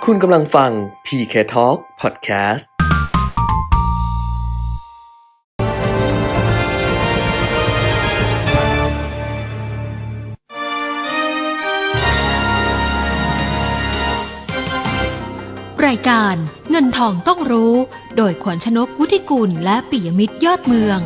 คุณกำลังฟัง PK Talk Podcast รายการเงินทองต้องรู้โดยขวัญชนก วุฒิกุลและปิยมิตรยอดเมือง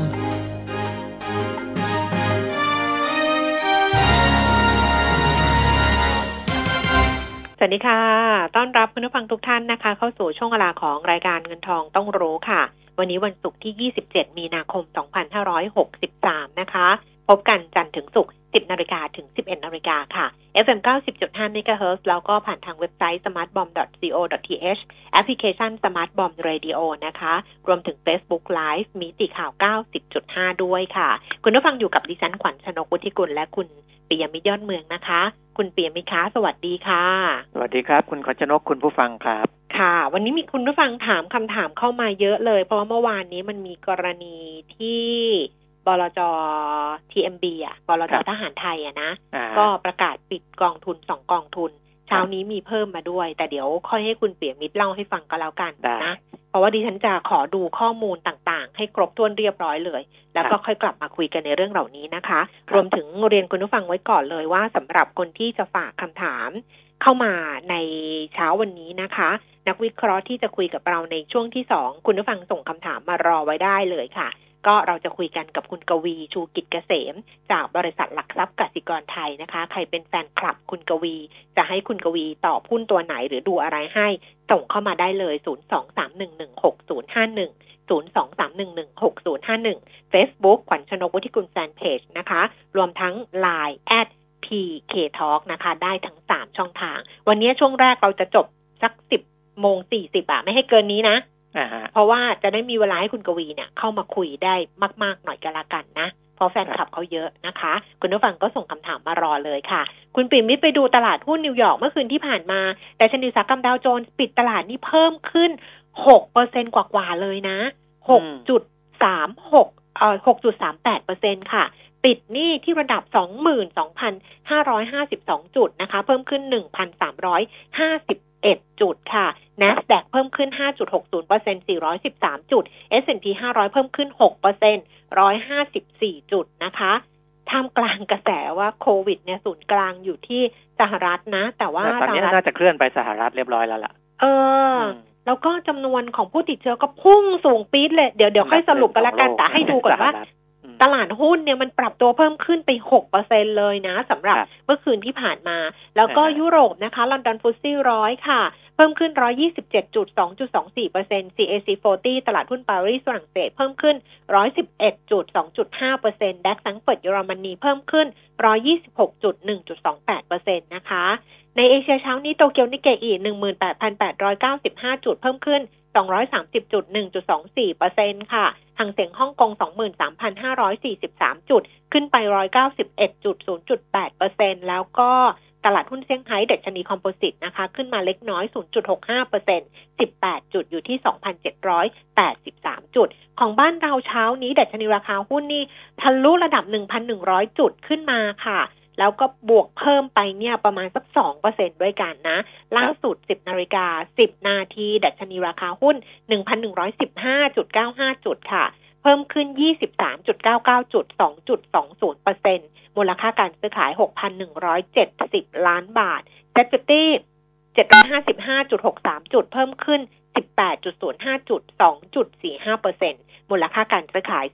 สวัสดีค่ะต้อนรับคุณผู้ฟังทุกท่านนะคะเข้าสู่ช่วงเวลาของรายการเงินทองต้องรู้ค่ะวันนี้วันศุกร์ที่27มีนาคม2563นะคะพบกันจันทร์ถึงศุกร์ 10:00 นถึง 11:00 นค่ะ FM 90.5 MHz แล้วก็ผ่านทางเว็บไซต์ smartbomb.co.th แอปพลิเคชัน Smart Bomb Radio นะคะรวมถึง Facebook Live มิติข่าว 90.5 ด้วยค่ะคุณผู้ฟังอยู่กับดิฉันขวัญชนก วุฒิกุลและคุณปิยมิตรยอดเมืองนะคะคุณปิยมิตรคะสวัสดีค่ะสวัสดีครับคุณขวัญชนกคุณผู้ฟังครับค่ะวันนี้มีคุณผู้ฟังถามคำถามเข้ามาเยอะเลยเพราะว่าเมื่อวานนี้มันมีกรณีที่บลจ. TMB บลจ.ทหารไทยนะก็ประกาศปิดกองทุน2กองทุนเช้านี้มีเพิ่มมาด้วยแต่เดี๋ยวค่อยให้คุณเปียมิตรเล่าให้ฟังก็แล้วกันนะเพราะว่าดิฉันจะขอดูข้อมูลต่างๆให้ครบถ้วนเรียบร้อยเลยแล้วก็ค่อยกลับมาคุยกันในเรื่องเหล่านี้นะคะรวมถึงเรียนคุณผู้ฟังไว้ก่อนเลยว่าสำหรับคนที่จะฝากคำถามเข้ามาในเช้าวันนี้นะคะนักวิเคราะห์ที่จะคุยกับเราในช่วงที่2คุณผู้ฟังส่งคำถามมารอไว้ได้เลยค่ะก็เราจะคุยกันกับคุณกวีชูกิจเกษมจากบริษัทหลักทรัพย์กสิกรไทยนะคะใครเป็นแฟนคลับคุณกวีจะให้คุณกวีตอบหุ้นตัวไหนหรือดูอะไรให้ส่งเข้ามาได้เลย023116051 023116051 Facebook ขวัญชนก วุฒิกุลแฟนเพจนะคะรวมทั้ง LINE @PK Talk นะคะได้ทั้ง3ช่องทางวันนี้ช่วงแรกเราจะจบสัก 10:40 ไม่ให้เกินนี้นะเพราะว่าจะได้มีเวลาให้คุณกวีเนี่ยเข้ามาคุยได้มากๆหน่อยก็แล้วกันนะเพราะแฟนคลับเขาเยอะนะคะคุณผู้ฟังก็ส่งคำถามมารอเลยค่ะคุณปิ่มมิตรไปดูตลาดหุ้นนิวยอร์กเมื่อคืนที่ผ่านมาแต่ดัชนีอุตสาหกรรมดาวโจนส์ปิดตลาดนี่เพิ่มขึ้น 6% กว่าๆเลยนะ 6.38% ค่ะปิดนี่ที่ระดับ 22,552 จุดนะคะเพิ่มขึ้น 1,351 จุดค่ะ NASDAQ เพิ่มขึ้น 5.60% 413 จุด S&P 500 เพิ่มขึ้น 6% 154 จุดนะคะท่ามกลางกระแสว่าโควิดเนี่ยศูนย์กลางอยู่ที่สหรัฐนะแต่ว่าตอนนี้น่าจะเคลื่อนไปสหรัฐเรียบร้อยแล้วล่ะแล้วก็จำนวนของผู้ติดเชื้อก็พุ่งสูงปี๊ดเลยเดี๋ยวค่อยสรุปกันละกันแต่ให้ดูก่อนว่าตลาดหุ้นเนี่ยมันปรับตัวเพิ่มขึ้นไป 6% เลยนะสำหรับเมื่อคืนที่ผ่านมาแล้วก็ยุโรปนะคะลอนดอนฟุตซี่100ค่ะเพิ่มขึ้น 127.2.24% CAC 40 ตลาดหุ้นปารีสฝรั่งเศสเพิ่มขึ้น 111.2.5% DAX แฟรงก์เฟิร์ตเยอรมนีเพิ่มขึ้น 126.1.28% นะคะในเอเชียเช้านี้โตเกียวนิกเกอิ 18,895 จุดเพิ่มขึ้น 230.1.24% ค่ะหังเส็งฮ่องกง 23,543 จุดขึ้นไป 191.0.8% แล้วก็ตลาดหุ้นเซี่ยงไฮ้ดัชนีคอมโพสิตนะคะขึ้นมาเล็กน้อย 0.65% 18 จุดอยู่ที่ 2,783 จุดของบ้านเราเช้านี้ดัชนีราคาหุ้นนี่ทะลุระดับ 1,100 จุดขึ้นมาค่ะแล้วก็บวกเพิ่มไปเนี่ยประมาณสัก 2% ด้วยกันนะล่าสุด 10:10 นดัชนีราคาหุ้น 1,115.95 จุดค่ะเพิ่มขึ้น 23.99 จุด 2.20% มูลค่าการซื้อขาย 6,170 ล้านบาท Set50 755.63 จุดเพิ่มขึ้น 18.05 จุด 2.45% มูลค่าการซื้อขาย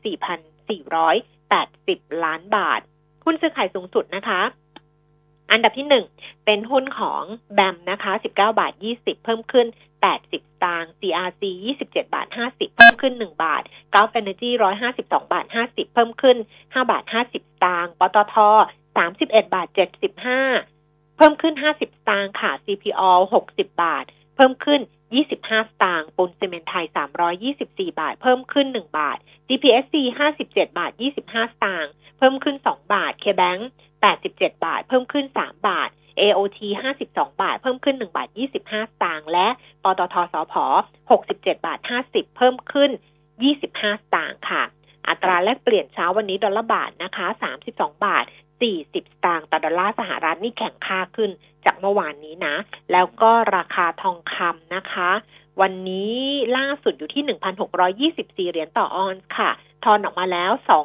4,480 ล้านบาทหุ้นซื้อขายสูงสุดนะคะอันดับที่1เป็นหุ้นของแบมนะคะ19.20 เพิ่มขึ้น80 สตางค์ CRC 27.50 เพิ่มขึ้น1บาท Gulf Energy 152.50 เพิ่มขึ้น5.50 สตางค์ปตท31.75 เพิ่มขึ้น50 สตางค์ค่ะ CPO 60 บาทเพิ่มขึ้น25 สตางค์ปูนซีเมนต์ไทย324 บาทเพิ่มขึ้น1บาท GPSC 57.25 สตางค์เพิ่มขึ้น2บาท KBank 87 บาทเพิ่มขึ้น3บาท AOT 52 บาทเพิ่มขึ้น1.25 สตางค์และปตทสผ67.50 เพิ่มขึ้น25 สตางค์ค่ะอัตราแลกเปลี่ยนเช้าวันนี้ดอลลาร์บาทนะคะ32.74 40 สตางค์ต่อดอลลาร์สหรัฐนี่แข็งค่าขึ้นจากเมื่อวานนี้นะแล้วก็ราคาทองคำนะคะวันนี้ล่าสุดอยู่ที่ 1,624 เหรียญต่อออนซ์ค่ะทอนออกมาแล้ว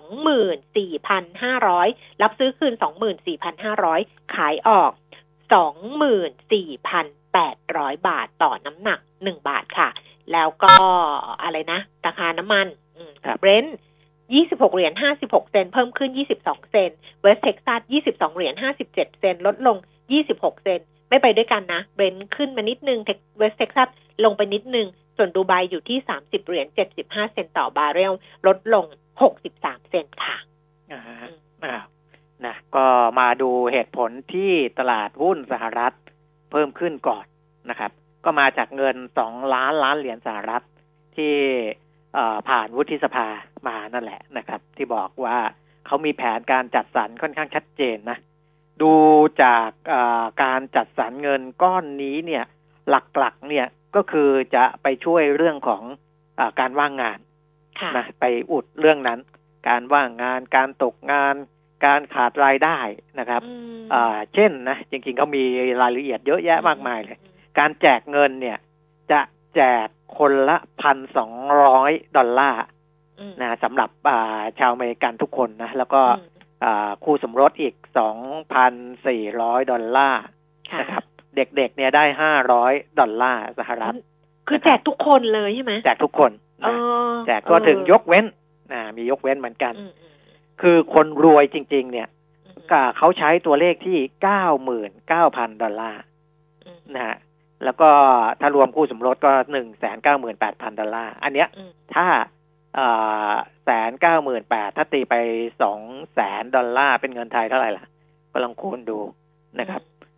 24,500 รับซื้อคืน 24,500 ขายออก 24,800 บาทต่อน้ำหนัก1บาทค่ะแล้วก็อะไรนะราคาน้ำมันเบรนท์26เหรียญ56เซนต์เพิ่มขึ้น22เซนต์เวสต์เท็กซัส22เหรียญ57เซนต์ลดลง26เซนต์ไม่ไปด้วยกันนะเบรนท์ขึ้นมานิดนึงเวสต์เท็กซัสลงไปนิดนึงส่วนดูไบอยู่ที่30เหรียญ75เซนต์ต่อบาร์เรลลดลง63เซนต์ค่ะนะก็มาดูเหตุผลที่ตลาดหุ้นสหรัฐเพิ่มขึ้นก่อนนะครับก็มาจากเงิน2 ล้านเหรียญสหรัฐที่ผ่านวุฒิสภามานั่นแหละนะครับที่บอกว่าเขามีแผนการจัดสรรค่อนข้างชัดเจนนะดูจากการจัดสรรเงินก้อนนี้เนี่ยหลักๆเนี่ยก็คือจะไปช่วยเรื่องของการว่างงานนะไปอุดเรื่องนั้นการว่างงานการตกงานการขาดรายได้นะครับเช่นนะจริงๆเขามีรายละเอียดเยอะแยะมากมายเลยการแจกเงินเนี่ยจะแจกคนละ 1,200 ดอลลาร์นะสำหรับชาวอเมริกันทุกคนนะแล้วก็คู่สมรสอีก 2,400 ดอลลาร์นะครับเด็กๆเนี่ยได้500 ดอลลาร์สหรัฐคือแจกทุกคนเลยใช่ไหมแจกทุกคนนะแจกก็ถึงยกเว้นมียกเว้นเหมือนกันคือคนรวยจริงๆเนี่ยเขาใช้ตัวเลขที่ 99,000 ดอลลาร์นะฮะแล้วก็ถ้ารวมคู่สมรสก็ 198,000 ดอลลาร์อันเนี้ยถ้า198,000ถ้าตีไป 200,000 ดอลลาร์เป็นเงินไทยเท่าไหร่ล่ะก็ลองคูณดูนะครับ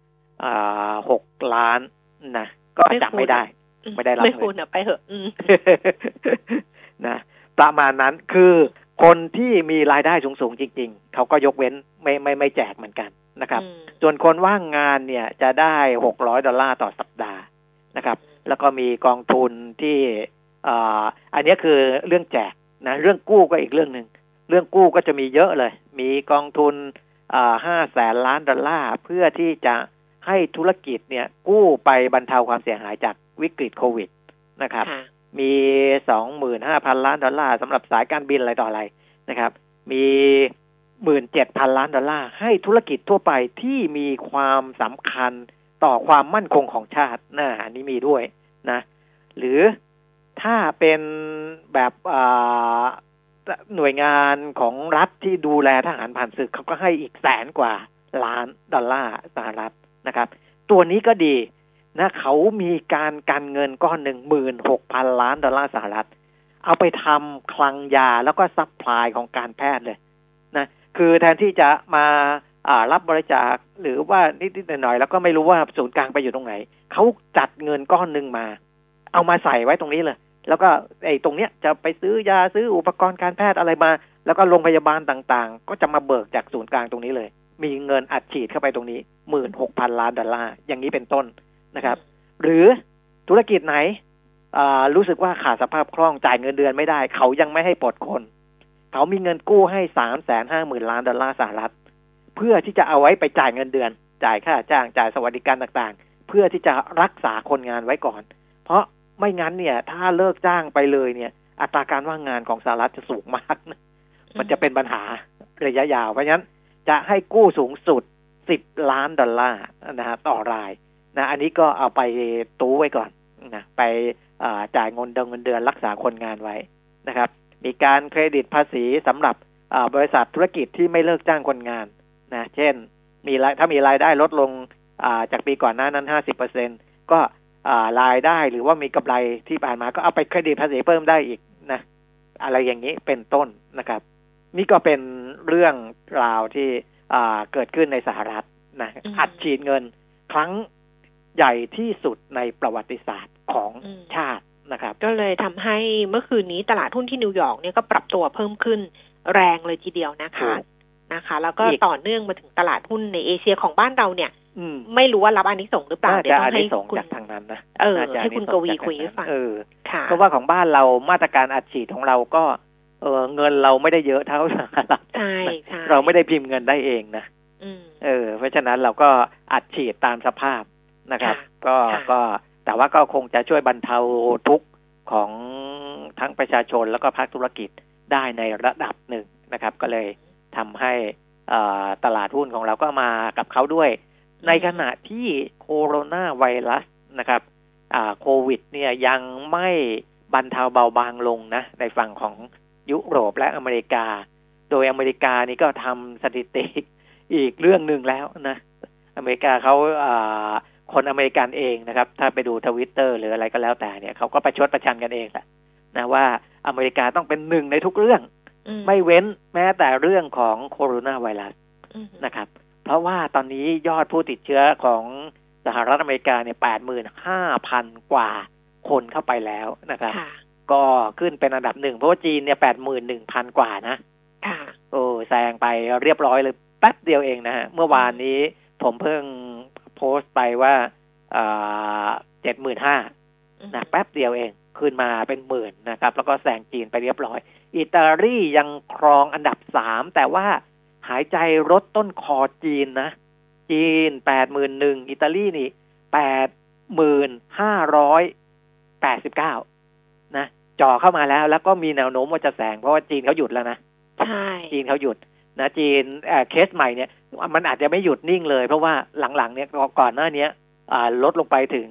6 ล้านนะก็จำไม่ได้ไม่ได้รับเงินไม่คูณไปเหอะนะประมาณนั้นคือคนที่มีรายได้สูงๆจริงๆเขาก็ยกเว้นไม่แจกเหมือนกันนะครับส่วนคนว่างงานเนี่ยจะได้600 ดอลลาร์ต่อสัปดาห์นะครับแล้วก็มีกองทุนที่อันนี้คือเรื่องแจกนะเรื่องกู้ก็อีกเรื่องนึงเรื่องกู้ก็จะมีเยอะเลยมีกองทุน500,000 ล้านดอลลาร์เพื่อที่จะให้ธุรกิจเนี่ยกู้ไปบรรเทาความเสียหายจากวิกฤตโควิดนะครับมี 25,000 ล้านดอลลาร์สำหรับสายการบินอะไรต่ออะไรนะครับมี 17,000 ล้านดอลลาร์ให้ธุรกิจทั่วไปที่มีความสำคัญต่อความมั่นคงของชาติอันนี้มีด้วยนะหรือถ้าเป็นแบบหน่วยงานของรัฐที่ดูแลทหารผ่านศึกเขาก็ให้อีก100,000 กว่าล้านดอลลาร์สหรัฐนะครับตัวนี้ก็ดีนะเขามีการเงินก้อนหนึ่ง 16,000 ล้านดอลลาร์สหรัฐเอาไปทำคลังยาแล้วก็ซัพพลายของการแพทย์เลยนะคือแทนที่จะมารับบริจาคหรือว่านิดๆหน่อยๆแล้วก็ไม่รู้ว่าศูนย์กลางไปอยู่ตรงไหนเขาจัดเงินก้อนหนึ่งมาเอามาใส่ไว้ตรงนี้เลยแล้วก็ตรงเนี้ยจะไปซื้อยาซื้ออุปกรณ์การแพทย์อะไรมาแล้วก็โรงพยาบาลต่างๆก็จะมาเบิกจากศูนย์กลางตรงนี้เลยมีเงินอัดฉีดเข้าไปตรงนี้ 16,000 ล้านดอลลาร์อย่างนี้เป็นต้นนะครับหรือธุรกิจไหนรู้สึกว่าขาดสภาพคล่องจ่ายเงินเดือนไม่ได้เขายังไม่ให้ปลดคนเขามีเงินกู้ให้ 350,000 ล้านดอลลาร์สหรัฐเพื่อที่จะเอาไว้ไปจ่ายเงินเดือนจ่ายค่าจ้างจ่ายสวัสดิการต่างๆเพื่อที่จะรักษาคนงานไว้ก่อนเพราะไม่งั้นเนี่ยถ้าเลิกจ้างไปเลยเนี่ยอัตราการว่างงานของสหรัฐจะสูงมากนะมันจะเป็นปัญหาระยะยาวเพราะฉะนั้นจะให้กู้สูงสุด10 ล้านดอลลาร์นะฮะต่อรายนะอันนี้ก็เอาไปตู้ไว้ก่อนนะไปจ่ายเงินเดือนรักษาคนงานไว้นะครับมีการเครดิตภาษีสำหรับบริษัทธุรกิจที่ไม่เลิกจ้างคนงานนะเช่นถ้ามีรายได้ลดลงจากปีก่อนหน้านั้น 50% ก็รายได้หรือว่ามีกำไรที่ผ่านมาก็เอาไปเครดิตภาษีเพิ่มได้อีกนะอะไรอย่างนี้เป็นต้นนะครับนี่ก็เป็นเรื่องราวที่เกิดขึ้นในสหรัฐนะอัดฉีดเงินครั้งใหญ่ที่สุดในประวัติศาสตร์ของชาตินะครับก็เลยทำให้เมื่อคืนนี้ตลาดหุ้นที่นิวยอร์กเนี่ยก็ปรับตัวเพิ่มขึ้นแรงเลยทีเดียวนะคะแล้วก็ต่อเนื่องมาถึงตลาดหุ้นในเอเชียของบ้านเราเนี่ยไม่รู้ว่ารับอานิสงส์หรือเปล่าเดี๋ยวต้องให้คุณจากทางนั้นนะให้คุณกวีคุยให้ฟังเพราะว่าของบ้านเรามาตรการอัดฉีดของเราก็เงินเราไม่ได้เยอะเท่าสหรัฐใช่เราไม่ได้พิมพ์เงินได้เองนะเพราะฉะนั้นเราก็อัดฉีดตามสภาพนะครับก็แต่ว่าก็คงจะช่วยบรรเทาทุกข์ของทั้งประชาชนแล้วก็ภาคธุรกิจได้ในระดับหนึ่งนะครับก็เลยทำให้ตลาดหุ้นของเราก็มากับเขาด้วยในขณะที่โคโรนาไวรัสนะครับโควิดเนี่ยยังไม่บรรเทาเบาบางลงนะในฝั่งของยุโรปและอเมริกาโดยอเมริกานี่ก็ทำสถิติอีกเรื่องหนึ่งแล้วนะอเมริกาเขาคนอเมริกันเองนะครับถ้าไปดู Twitter หรืออะไรก็แล้วแต่เนี่ยเขาก็ประชดประชันกันเองแหละนะว่าอเมริกาต้องเป็นหนึ่งในทุกเรื่องไม่เว้นแม้แต่เรื่องของโคโรนาไวรัสนะครับเพราะว่าตอนนี้ยอดผู้ติดเชื้อของสหรัฐอเมริกาเนี่ย 85,000 กว่าคนเข้าไปแล้วนะครับก็ขึ้นเป็นอันดับหนึ่งเพราะว่าจีนเนี่ย 81,000 กว่านะแซงไปเรียบร้อยเลยแป๊บเดียวเองนะฮะเมื่อวานนี้ผมเพิ่งโพสต์ไปว่า75,000นะแป๊บเดียวเองขึ้นมาเป็นหมื่นนะครับแล้วก็แซงจีนไปเรียบร้อยอิตาลียังครองอันดับ3แต่ว่าหายใจรถต้นคอจีนนะจีน 81,000 อิตาลีนี่ 8,589 นะจ่อเข้ามาแล้วก็มีแนวโน้มว่าจะแซงเพราะว่าจีนเขาหยุดแล้วนะใช่จีนเขาหยุดนะจีนเคสใหม่เนี่ยมันอาจจะไม่หยุดนิ่งเลยเพราะว่าหลังๆเนี่ยก่อนหน้านี้ลดลงไปถึง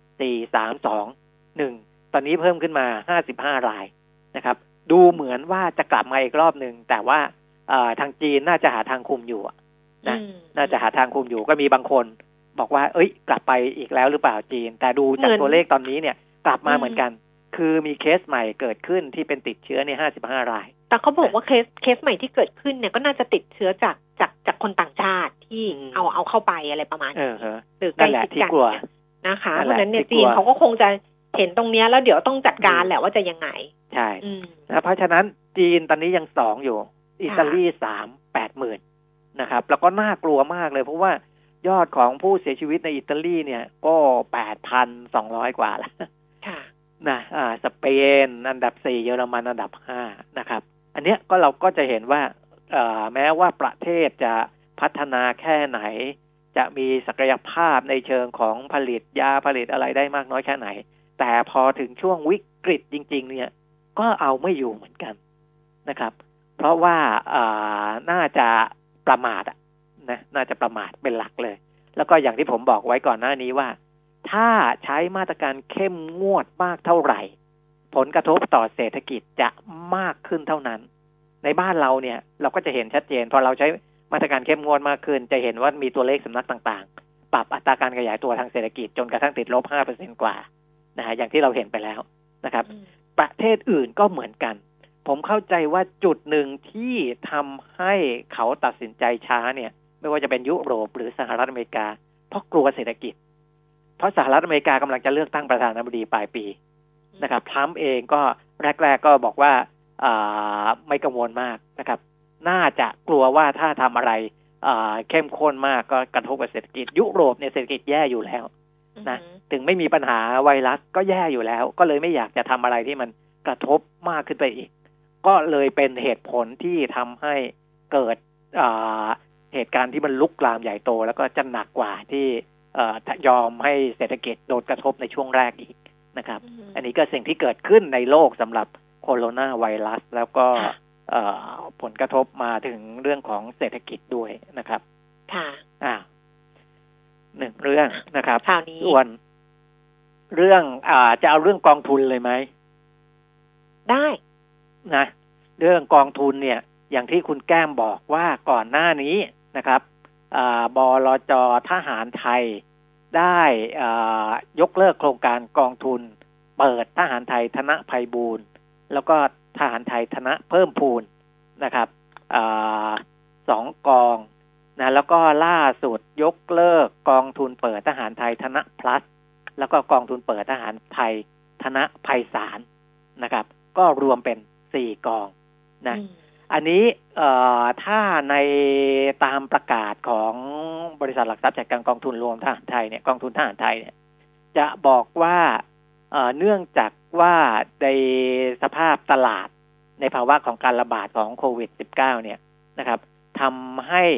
4,321ตอนนี้เพิ่มขึ้นมา55 รายนะครับดูเหมือนว่าจะกลับมาอีกรอบนึงแต่ว่าทางจีนน่าจะหาทางคุมอยู่นะน่าจะหาทางคุมอยู่ก็มีบางคนบอกว่ากลับไปอีกแล้วหรือเปล่าจีนแต่ดูจากตัวเลขตอนนี้เนี่ยกลับมาเหมือนกันคือมีเคสใหม่เกิดขึ้นที่เป็นติดเชื้อเนี่ย55 รายแต่เขาบอกว่าเคสใหม่ที่เกิดขึ้นเนี่ยก็น่าจะติดเชื้อจากคนต่างชาติที่เอาเข้าไปอะไรประมาณนี้หรือใกล้ชิดกันนะคะเพราะฉะนั้นเนี่ยจีนเขาก็คงจะเห็นตรงนี้แล้วเดี๋ยวต้องจัดการแหละว่าจะยังไงใช่นะเพราะฉะนั้นจีนตอนนี้ยัง2อยู่อิตาลี80,000นะครับแล้วก็น่ากลัวมากเลยเพราะว่ายอดของผู้เสียชีวิตในอิตาลีเนี่ยก็ 8,200 กว่าแล้วนะสเปนอันดับ4เยอรมันอันดับ5นะครับอันเนี้ยก็เราก็จะเห็นว่าแม้ว่าประเทศจะพัฒนาแค่ไหนจะมีศักยภาพในเชิงของผลิตยาผลิตอะไรได้มากน้อยแค่ไหนแต่พอถึงช่วงวิกฤตจริงๆเนี่ยก็เอาไม่อยู่เหมือนกันนะครับเพราะว่าน่าจะประมาทนะน่าจะประมาทเป็นหลักเลยแล้วก็อย่างที่ผมบอกไว้ก่อนหน้านี้ว่าถ้าใช้มาตรการเข้มงวดมากเท่าไหร่ผลกระทบต่อเศรษฐกิจจะมากขึ้นเท่านั้นในบ้านเราเนี่ยเราก็จะเห็นชัดเจนพอเราใช้มาตรการเข้มงวดมากขึ้นจะเห็นว่ามีตัวเลขสำนักต่างๆปรับอัตราการขยายตัวทางเศรษฐกิจจนกระทั่งติดลบ 5% กว่านะฮะอย่างที่เราเห็นไปแล้วนะครับประเทศอื่นก็เหมือนกันผมเข้าใจว่าจุดหนึ่งที่ทำให้เขาตัดสินใจช้าเนี่ยไม่ว่าจะเป็นยุโรปหรือสหรัฐอเมริกาเพราะกลัวเศรษฐกิจเพราะสหรัฐอเมริกากำลังจะเลือกตั้งประธานาธิบดีปลายปีนะครับทรัมป์เองก็แรกๆก็บอกว่าไม่กังวลมากนะครับน่าจะกลัวว่าถ้าทำอะไรเข้มข้นมากก็กระทบกับเศรษฐกิจยุโรปเนี่ยเศรษฐกิจแย่อยู่แล้วนะถึงไม่มีปัญหาไวรัสก็แย่อยู่แล้วก็เลยไม่อยากจะทำอะไรที่มันกระทบมากขึ้นไปอีกก็เลยเป็นเหตุผลที่ทำให้เกิดเหตุการณ์ที่มันลุกลามใหญ่โตแล้วก็จะหนักกว่าที่ยอมให้เศรษฐกิจโดนกระทบในช่วงแรกอีกนะครับอันนี้ก็สิ่งที่เกิดขึ้นในโลกสำหรับโคโรนาไวรัสแล้วก็ผลกระทบมาถึงเรื่องของเศรษฐกิจด้วยนะครับค่ะหนึ่งเรื่องนะครับส่วนเรื่องจะเอาเรื่องกองทุนเลยไหมได้นะเรื่องกองทุนเนี่ยอย่างที่คุณแก้มบอกว่าก่อนหน้านี้นะครับบลจ.ทหารไทยได้ยกเลิกโครงการกองทุนเปิดทหารไทยธนไพบูลย์แล้วก็ทหารไทยธนเพิ่มพูนนะครับ2 กองนะแล้วก็ล่าสุดยกเลิกกองทุนเปิดทหารไทยธนพลัสแล้วก็กองทุนเปิดทหารไทยธนไพศาลนะครับก็รวมเป็น4 กองนะอันนี้ถ้าในตามประกาศของบริษัทหลักทรัพย์จัดการกองทุนรวมทหารไทยเนี่ยกองทุนทหารไทยเนี่ยจะบอกว่าเนื่องจากว่าในสภาพตลาดในภาวะของการระบาดของโควิด -19 เนี่ยนะครับทำให้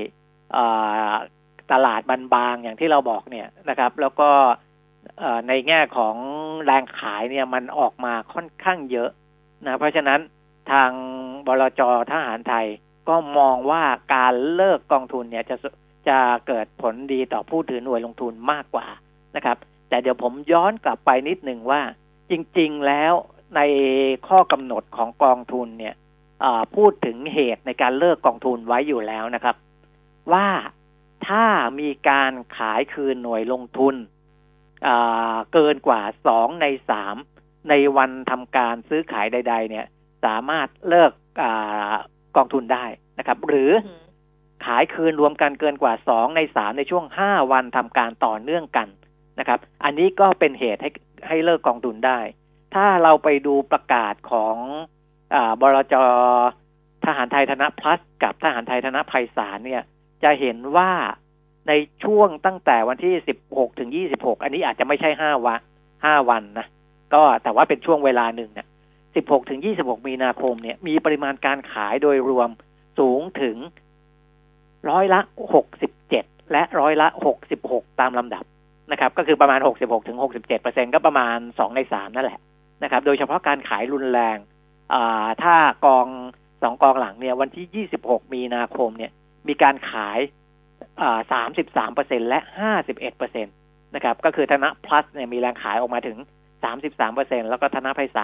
ตลาดบางๆอย่างที่เราบอกเนี่ยนะครับแล้วก็ในแง่ของแรงขายเนี่ยมันออกมาค่อนข้างเยอะนะเพราะฉะนั้นทางบลจ.ทหารไทยก็มองว่าการเลิกกองทุนเนี่ยจะเกิดผลดีต่อผู้ถือหน่วยลงทุนมากกว่านะครับแต่เดี๋ยวผมย้อนกลับไปนิดหนึ่งว่าจริงๆแล้วในข้อกำหนดของกองทุนเนี่ยพูดถึงเหตุในการเลิกกองทุนไว้อยู่แล้วนะครับว่าถ้ามีการขายคืนหน่วยลงทุนเกินกว่า2 ใน 3ในวันทำการซื้อขายใดๆเนี่ยสามารถเลิกกองทุนได้นะครับหรือขายคืนรวมกันเกินกว่า2 ใน 3ในช่วง5 วันทำการต่อเนื่องกันนะครับอันนี้ก็เป็นเหตุให้เลิกกองทุนได้ถ้าเราไปดูประกาศของบลจ.ทหารไทยธนพลัสกับทหารไทยธนไพศาลเนี่ยจะเห็นว่าในช่วงตั้งแต่วันที่16ถึง26อันนี้อาจจะไม่ใช่5 วันนะก็แต่ว่าเป็นช่วงเวลาหนึ่งเนี่ย16ถึง26มีนาคมเนี่ยมีปริมาณการขายโดยรวมสูงถึง67%และ66%ตามลำดับนะครับก็คือประมาณ66ถึง67%ก็ประมาณ2 ใน 3นั่นแหละนะครับโดยเฉพาะการขายรุนแรงถ้ากอง2 กองหลังเนี่ยวันที่26มีนาคมเนี่ยมีการขาย33% และ 51% นะครับก็คือธนพลัสเนี่ยมีแรงขายออกมาถึง 33% แล้วก็ธนไพศาล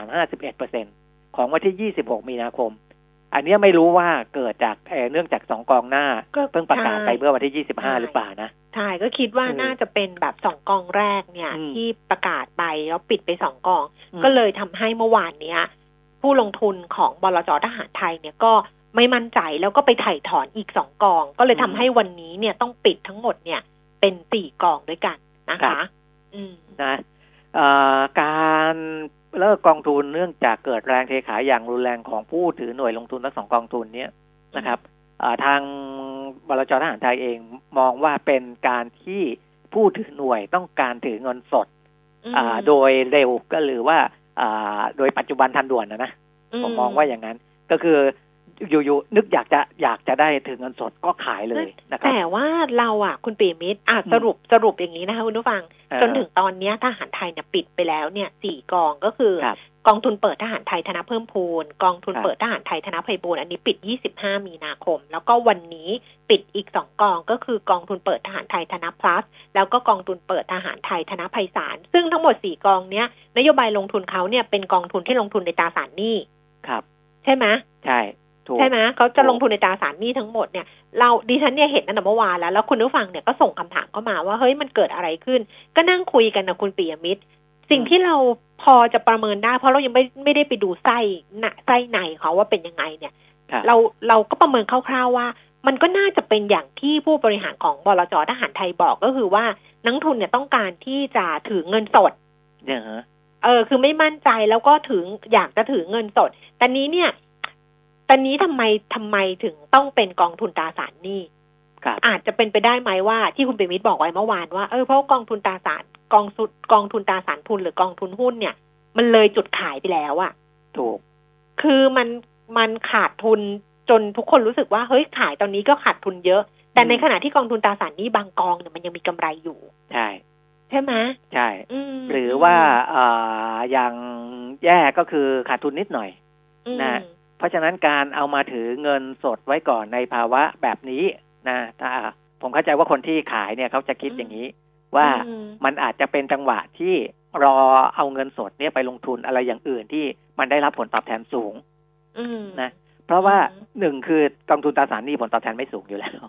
51% ของวันที่26มีนาคมอันนี้ไม่รู้ว่าเกิดจากเนื่องจาก2 กองหน้าเพิ่งประกาศไปเมื่อวันที่25หรือเปล่านะใช่ก็คิดว่าน่าจะเป็นแบบ2 กองแรกเนี่ยที่ประกาศไปแล้วปิดไป2 กองก็เลยทำให้เมื่อวานเนี้ยผู้ลงทุนของบลจ.ทหารไทยเนี่ยก็ไม่มั่นใจแล้วก็ไปไถ่ถอนอีก2 กองก็เลยทำให้วันนี้เนี่ยต้องปิดทั้งหมดเนี่ยเป็น4 กองด้วยกันนะคะนะการเลิกกองทุนเนื่องจากเกิดแรงเทขายอย่างรุนแรงของผู้ถือหน่วยลงทุนทั้ง2 กองทุนเนี่ยนะครับทางบลจ.ทหารไทยเองมองว่าเป็นการที่ผู้ถือหน่วยต้องการถือเงินสดโดยเร็วก็หรือว่าโดยปัจจุบันทันด่วนนะผมมองว่าอย่างนั้นก็คืออยู่ๆนึกอยากจะได้ถือเงินสดก็ขายเลยนะครับแต่ว่าเราคุณปิยมิตรสรุปอย่างนี้นะคะคุณผู้ฟังจนถึงตอนนี้ทหารไทยเนี่ยปิดไปแล้วเนี่ย4 กองก็คือกองทุนเปิดทหารไทยธนเพิ่มพูนกองทุนเปิดทหารไทยธนไพบูลย์อันนี้ปิด25มีนาคมแล้วก็วันนี้ปิดอีก2 กองก็คือกองทุนเปิดทหารไทยธนพลัสแล้วก็กองทุนเปิดทหารไทยธนไพศาลซึ่งทั้งหมด4 กองเนี้ยนโยบายลงทุนเขาเนี่ยเป็นกองทุนที่ลงทุนในตราสารหนี้ครับใช่ไหมใช่ไหมเขาจะลงทุนในตราสารหนี้ทั้งหมดเนี่ยดิฉันเนี่ยเห็นตั้งแต่เมื่อวานแล้วคุณผู้ฟังเนี่ยก็ส่งคำถามเข้ามาว่าเฮ้ยมันเกิดอะไรขึ้นก็นั่งคุยกันนะคุณปิยมิตรสิ่งที่เราพอจะประเมินได้เพราะเรายังไม่ได้ไปดูไส้ในเขาว่าเป็นยังไงเนี่ยเราก็ประเมินคร่าวๆว่ามันก็น่าจะเป็นอย่างที่ผู้บริหารของบลจ.ทหารไทยบอกก็คือว่านักทุนเนี่ยต้องการที่จะถือเงินสดคือไม่มั่นใจแล้วก็อยากจะถือเงินสดแต่นี้เนี่ยตอนนี้ทำไมถึงต้องเป็นกองทุนตราสารหนี้อาจจะเป็นไปได้ไหมว่าที่คุณปิยมิตรบอกไว้เมื่อวานว่าเพราะกองทุนตราสารกองทุนตราสารทุนหรือกองทุนหุ้นเนี่ยมันเลยจุดขายไปแล้วถูกคือมันขาดทุนจนทุกคนรู้สึกว่าเฮ้ยขายตอนนี้ก็ขาดทุนเยอะแต่ในขณะที่กองทุนตราสารหนี้บางกองเนี่ยมันยังมีกำไรอยู่ใช่ไหมใช่หรือว่าอย่างแย่ก็คือขาดทุนนิดหน่อยนะเพราะฉะนั้นการเอามาถือเงินสดไว้ก่อนในภาวะแบบนี้นะผมเข้าใจว่าคนที่ขายเนี่ยเขาจะคิดอย่างนี้ว่ามันอาจจะเป็นจังหวะที่รอเอาเงินสดเนี่ยไปลงทุนอะไรอย่างอื่นที่มันได้รับผลตอบแทนสูงนะเพราะว่า1คือกองทุนตราสารหนี้ผลตอบแทนไม่สูงอยู่แล้ว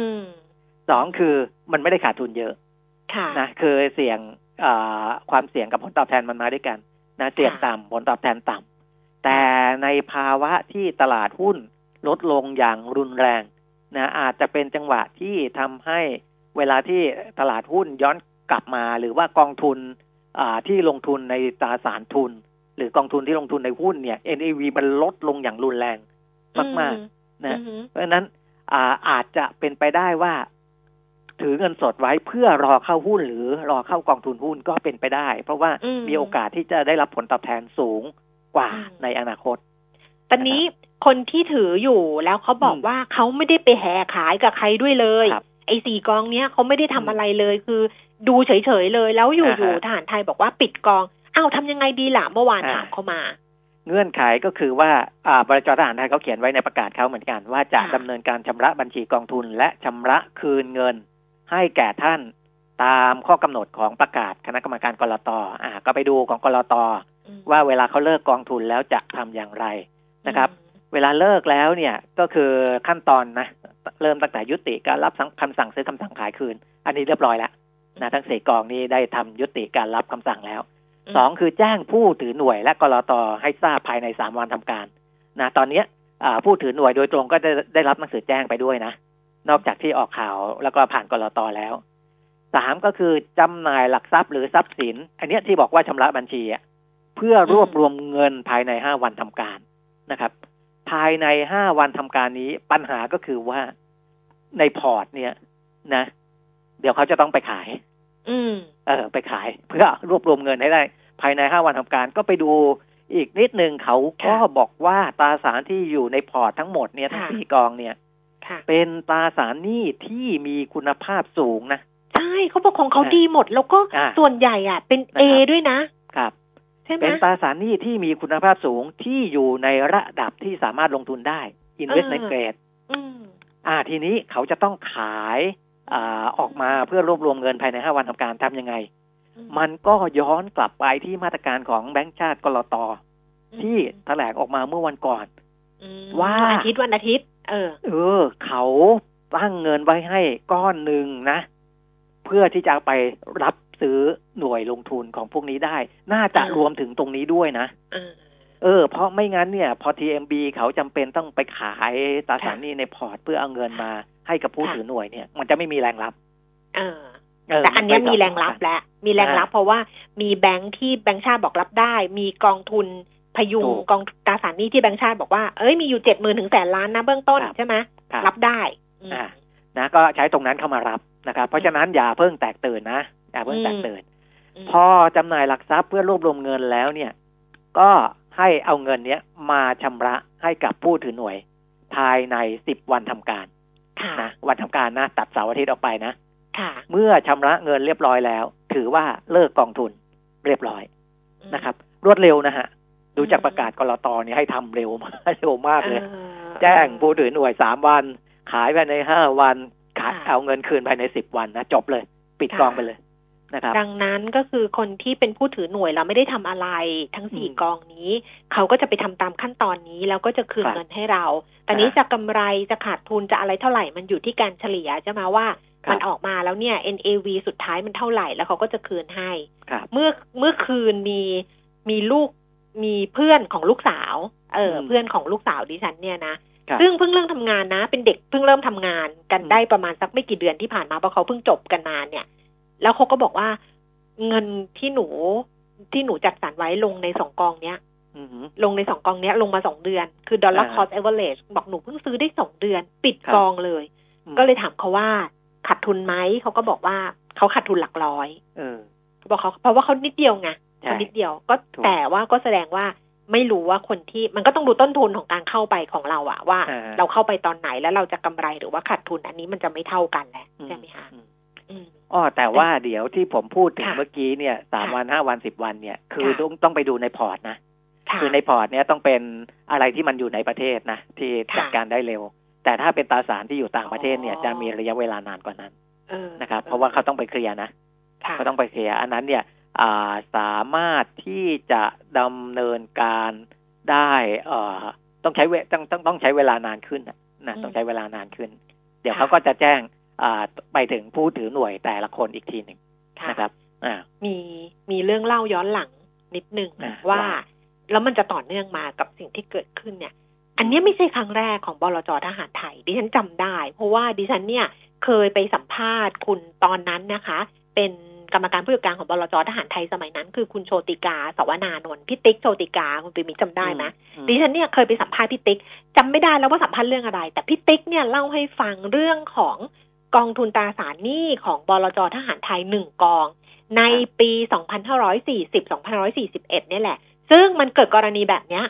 2คือมันไม่ได้ขาดทุนเยอะนะคือเสี่ยงความเสี่ยงกับผลตอบแทนมันมาด้วยกันนะเสี่ยงต่ำผลตอบแทนต่ำแต่ในภาวะที่ตลาดหุ้นลดลงอย่างรุนแรงนะอาจจะเป็นจังหวะที่ทำให้เวลาที่ตลาดหุ้นย้อนกลับมาหรือว่ากองทุนที่ลงทุนในตราสารทุนหรือกองทุนที่ลงทุนในหุ้นเนี่ย NAV มันลดลงอย่างรุนแรงมากๆนะเพราะฉะนั้นอาจจะเป็นไปได้ว่าถือเงินสดไว้เพื่อรอเข้าหุ้นหรือรอเข้ากองทุนหุ้นก็เป็นไปได้เพราะว่ามีโอกาสที่จะได้รับผลตอบแทนสูงกว่าในอนาคตตอนนี้คนที่ถืออยู่แล้วเขาบอกว่าเขาไม่ได้ไปแห่ขายกับใครด้วยเลยไอ้4 กองเนี้ยเขาไม่ได้ทำอะไรเลยคือดูเฉยๆเลยแล้วอยู่ๆทหารไทยบอกว่าปิดกองอ้าวทำยังไงดีล่ะเมื่อวานถามเขามาเงื่อนไขก็คือว่าบลจ.ทหารไทยเขาเขียนไว้ในประกาศเขาเหมือนกันว่าจะดำเนินการชำระบัญชีกองทุนและชำระคืนเงินให้แก่ท่านตามข้อกำหนดของประกาศคณะกรรมการกลต.ก็ไปดูของกลต.ว่าเวลาเขาเลิกกองทุนแล้วจะทำอย่างไรนะครับเวลาเลิกแล้วเนี่ยก็คือขั้นตอนนะเริ่มตั้งแต่ยุติการรับคำสั่งซื้อคำสั่งขายคืนอันนี้เรียบร้อยแล้วนะทั้ง4 กองนี้ได้ทำยุติการรับคำสั่งแล้ว2คือแจ้งผู้ถือหน่วยและกลต.ให้ทราบภายใน3 วันทำการนะตอนนี้ผู้ถือหน่วยโดยตรงก็ได้รับหนังสือแจ้งไปด้วยนะนอกจากที่ออกข่าวแล้วก็ผ่านกลต.แล้ว3ก็คือจำหน่ายหลักทรัพย์หรือทรัพย์สินอันนี้ที่บอกว่าชำระบัญชีเพื่อรวบรวมเงินภายใน5 วันทำการนะครับภายใน5 วันทำการนี้ปัญหาก็คือว่าในพอร์ตเนี่ยนะเดี๋ยวเขาจะต้องไปขายไปขายเพื่อรวบรวมเงินให้ได้ภายใน5 วันทำการก็ไปดูอีกนิดนึงเขาก็บอกว่าตราสารที่อยู่ในพอร์ตทั้งหมดเนี่ยทั้ง4 กองเนี่ยเป็นตราสารหนี้ที่มีคุณภาพสูงนะใช่เขาบอกของเขาดีหมดแล้วก็ส่วนใหญ่เป็น A ด้วยนะครับเป็นตราสารหนี้ที่มีคุณภาพสูงที่อยู่ในระดับที่สามารถลงทุนได้ investment grade ทีนี้เขาจะต้องขายออกมาเพื่อรวบรวมเงินภายใน5 วันทำการทำยังไงมันก็ย้อนกลับไปที่มาตรการของแบงก์ชาติกลต.ที่แถลงออกมาเมื่อวันก่อนว่าวันอาทิตย์เขาตั้งเงินไว้ให้ก้อนหนึ่งนะเพื่อที่จะไปรับซื้อหน่วยลงทุนของพวกนี้ได้น่าจะรวมถึงตรงนี้ด้วยนะเพราะไม่งั้นเนี่ยพอ TMB เขาจำเป็นต้องไปขายตราสารหนี้ในพอร์ตเพื่อเอาเงินมาให้กับผู้ถือหน่วยเนี่ยมันจะไม่มีแรงรับแต่อันนี้มีแรงรับแล้วมีแรงรับเพราะว่ามีแบงค์ที่แบงค์ชาติบอกรับได้มีกองทุนพยุงกองตราสารหนี้ที่แบงค์ชาติบอกว่ามีอยู่ 70,000 ถึง100,000 ล้านนะเบื้องต้นใช่ไหมรับได้นะก็ใช้ตรงนั้นเข้ามารับนะครับเพราะฉะนั้นอย่าเพิ่งแตกตื่นนะอย่าเพิ่งแตกตื่นพอจำหน่ายหลักทรัพย์เพื่อรวบรวมเงินแล้วเนี่ยก็ให้เอาเงินเนี้ยมาชำระให้กับผู้ถือหน่วยภายใน10 วันทำการนะวันทำการนะตัดเสาร์อาทิตย์ออกไปนะเมื่อชำระเงินเรียบร้อยแล้วถือว่าเลิกกองทุนเรียบร้อยนะครับรวดเร็วนะฮะดูจากประกาศกลต.นี่ให้ทำเร็วมากเลยแจ้งผู้ถือหน่วย3 วันขายภายใน5 วันขายเอาเงินคืนภายใน10 วันนะจบเลยปิดกองไปเลยนะครับดังนั้นก็คือคนที่เป็นผู้ถือหน่วยเราไม่ได้ทำอะไรทั้ง4 กองนี้เขาก็จะไปทำตามขั้นตอนนี้แล้วก็จะคืนเงินให้เราแต่นี้จะกำไรจะขาดทุนจะอะไรเท่าไหร่มันอยู่ที่การเฉลี่ยใช่ไหมว่ามันออกมาแล้วเนี่ย NAV สุดท้ายมันเท่าไหร่แล้วเขาก็จะคืนให้เมื่อคืนมีลูกมีเพื่อนของลูกสาวเพื่อนของลูกสาวดิฉันเนี่ยนะซึ่งเพิ่งเริ่มทำงานนะเป็นเด็กเพิ่งเริ่มทำงานกันได้ประมาณสักไม่กี่เดือนที่ผ่านมาเพราะเขาเพิ่งจบกันมาเนี่ยแล้วเขาก็บอกว่าเงินที่หนูจัดสรรไว้ลงใน2 กองเนี้ยลงใน2 กองเนี้ยลงมา2 เดือนคือดอลลาร์คอสต์เอเวอเรจบอกหนูเพิ่งซื้อได้2 เดือนปิดกองเลยก็เลยถามเขาว่าขาดทุนไหมเขาก็บอกว่าเขาขาดทุนหลักร้อยเขาบอกเขาเพราะว่าเขานิดเดียวไงเขานิดเดียวก็แต่ว่าก็แสดงว่าไม่รู้ว่าคนที่มันก็ต้องดูต้นทุนของการเข้าไปของเราอะว่าเราเข้าไปตอนไหนแล้วเราจะกำไรหรือว่าขาดทุนอันนี้มันจะไม่เท่ากันแหละใช่ไหมคะแต่ว่าเดี๋ยวที่ผมพูดถึงเมื่อกี้เนี่ย3 วัน5 วัน10 วันเนี่ยคือต้องไปดูในพอร์ตนะคือในพอร์ตเนี่ยต้องเป็นอะไรที่มันอยู่ในประเทศนะที่จัดการได้เร็วแต่ถ้าเป็นตราสารที่อยู่ต่างประเทศเนี่ยจะมีระยะเวลานานกว่านั้นนะครับเพราะว่าเขาต้องไปเคลียร์นะเขาต้องไปเคลียร์อันนั้นเนี่ยสามารถที่จะดำเนินการได้ต้องใช้เวลานานขึ้นนะต้องใช้เวลานานขึ้นเดี๋ยวเขาก็จะแจ้งไปถึงผู้ถือหน่วยแต่ละคนอีกทีหนึ่งนะครับมีเรื่องเล่าย้อนหลังนิดนึงว่าแล้วมันจะต่อเนื่องมากับสิ่งที่เกิดขึ้นเนี่ยอันนี้ไม่ใช่ครั้งแรกของบลจ.ทหารไทยดิฉันจำได้เพราะว่าดิฉันเนี่ยเคยไปสัมภาษณ์คุณตอนนั้นนะคะเป็นกรรมการผู้จัดการของบลจ.ทหารไทยสมัยนั้นคือคุณโชติกาสวนานนท์พี่ติ๊กโชติกาคุณปิมิตจำได้ไหมดิฉันเนี่ยเคยไปสัมภาษณ์พี่ติ๊กจำไม่ได้แล้วว่าสัมภาษณ์เรื่องอะไรแต่พี่ติ๊กเนี่ยเล่าให้ฟังเรื่องของกองทุนตราสารหนี้ของบลจ.ทหารไทย1 กองในปี2540-2541เนี่ยแหละซึ่งมันเกิดกรณีแบบเนี้ย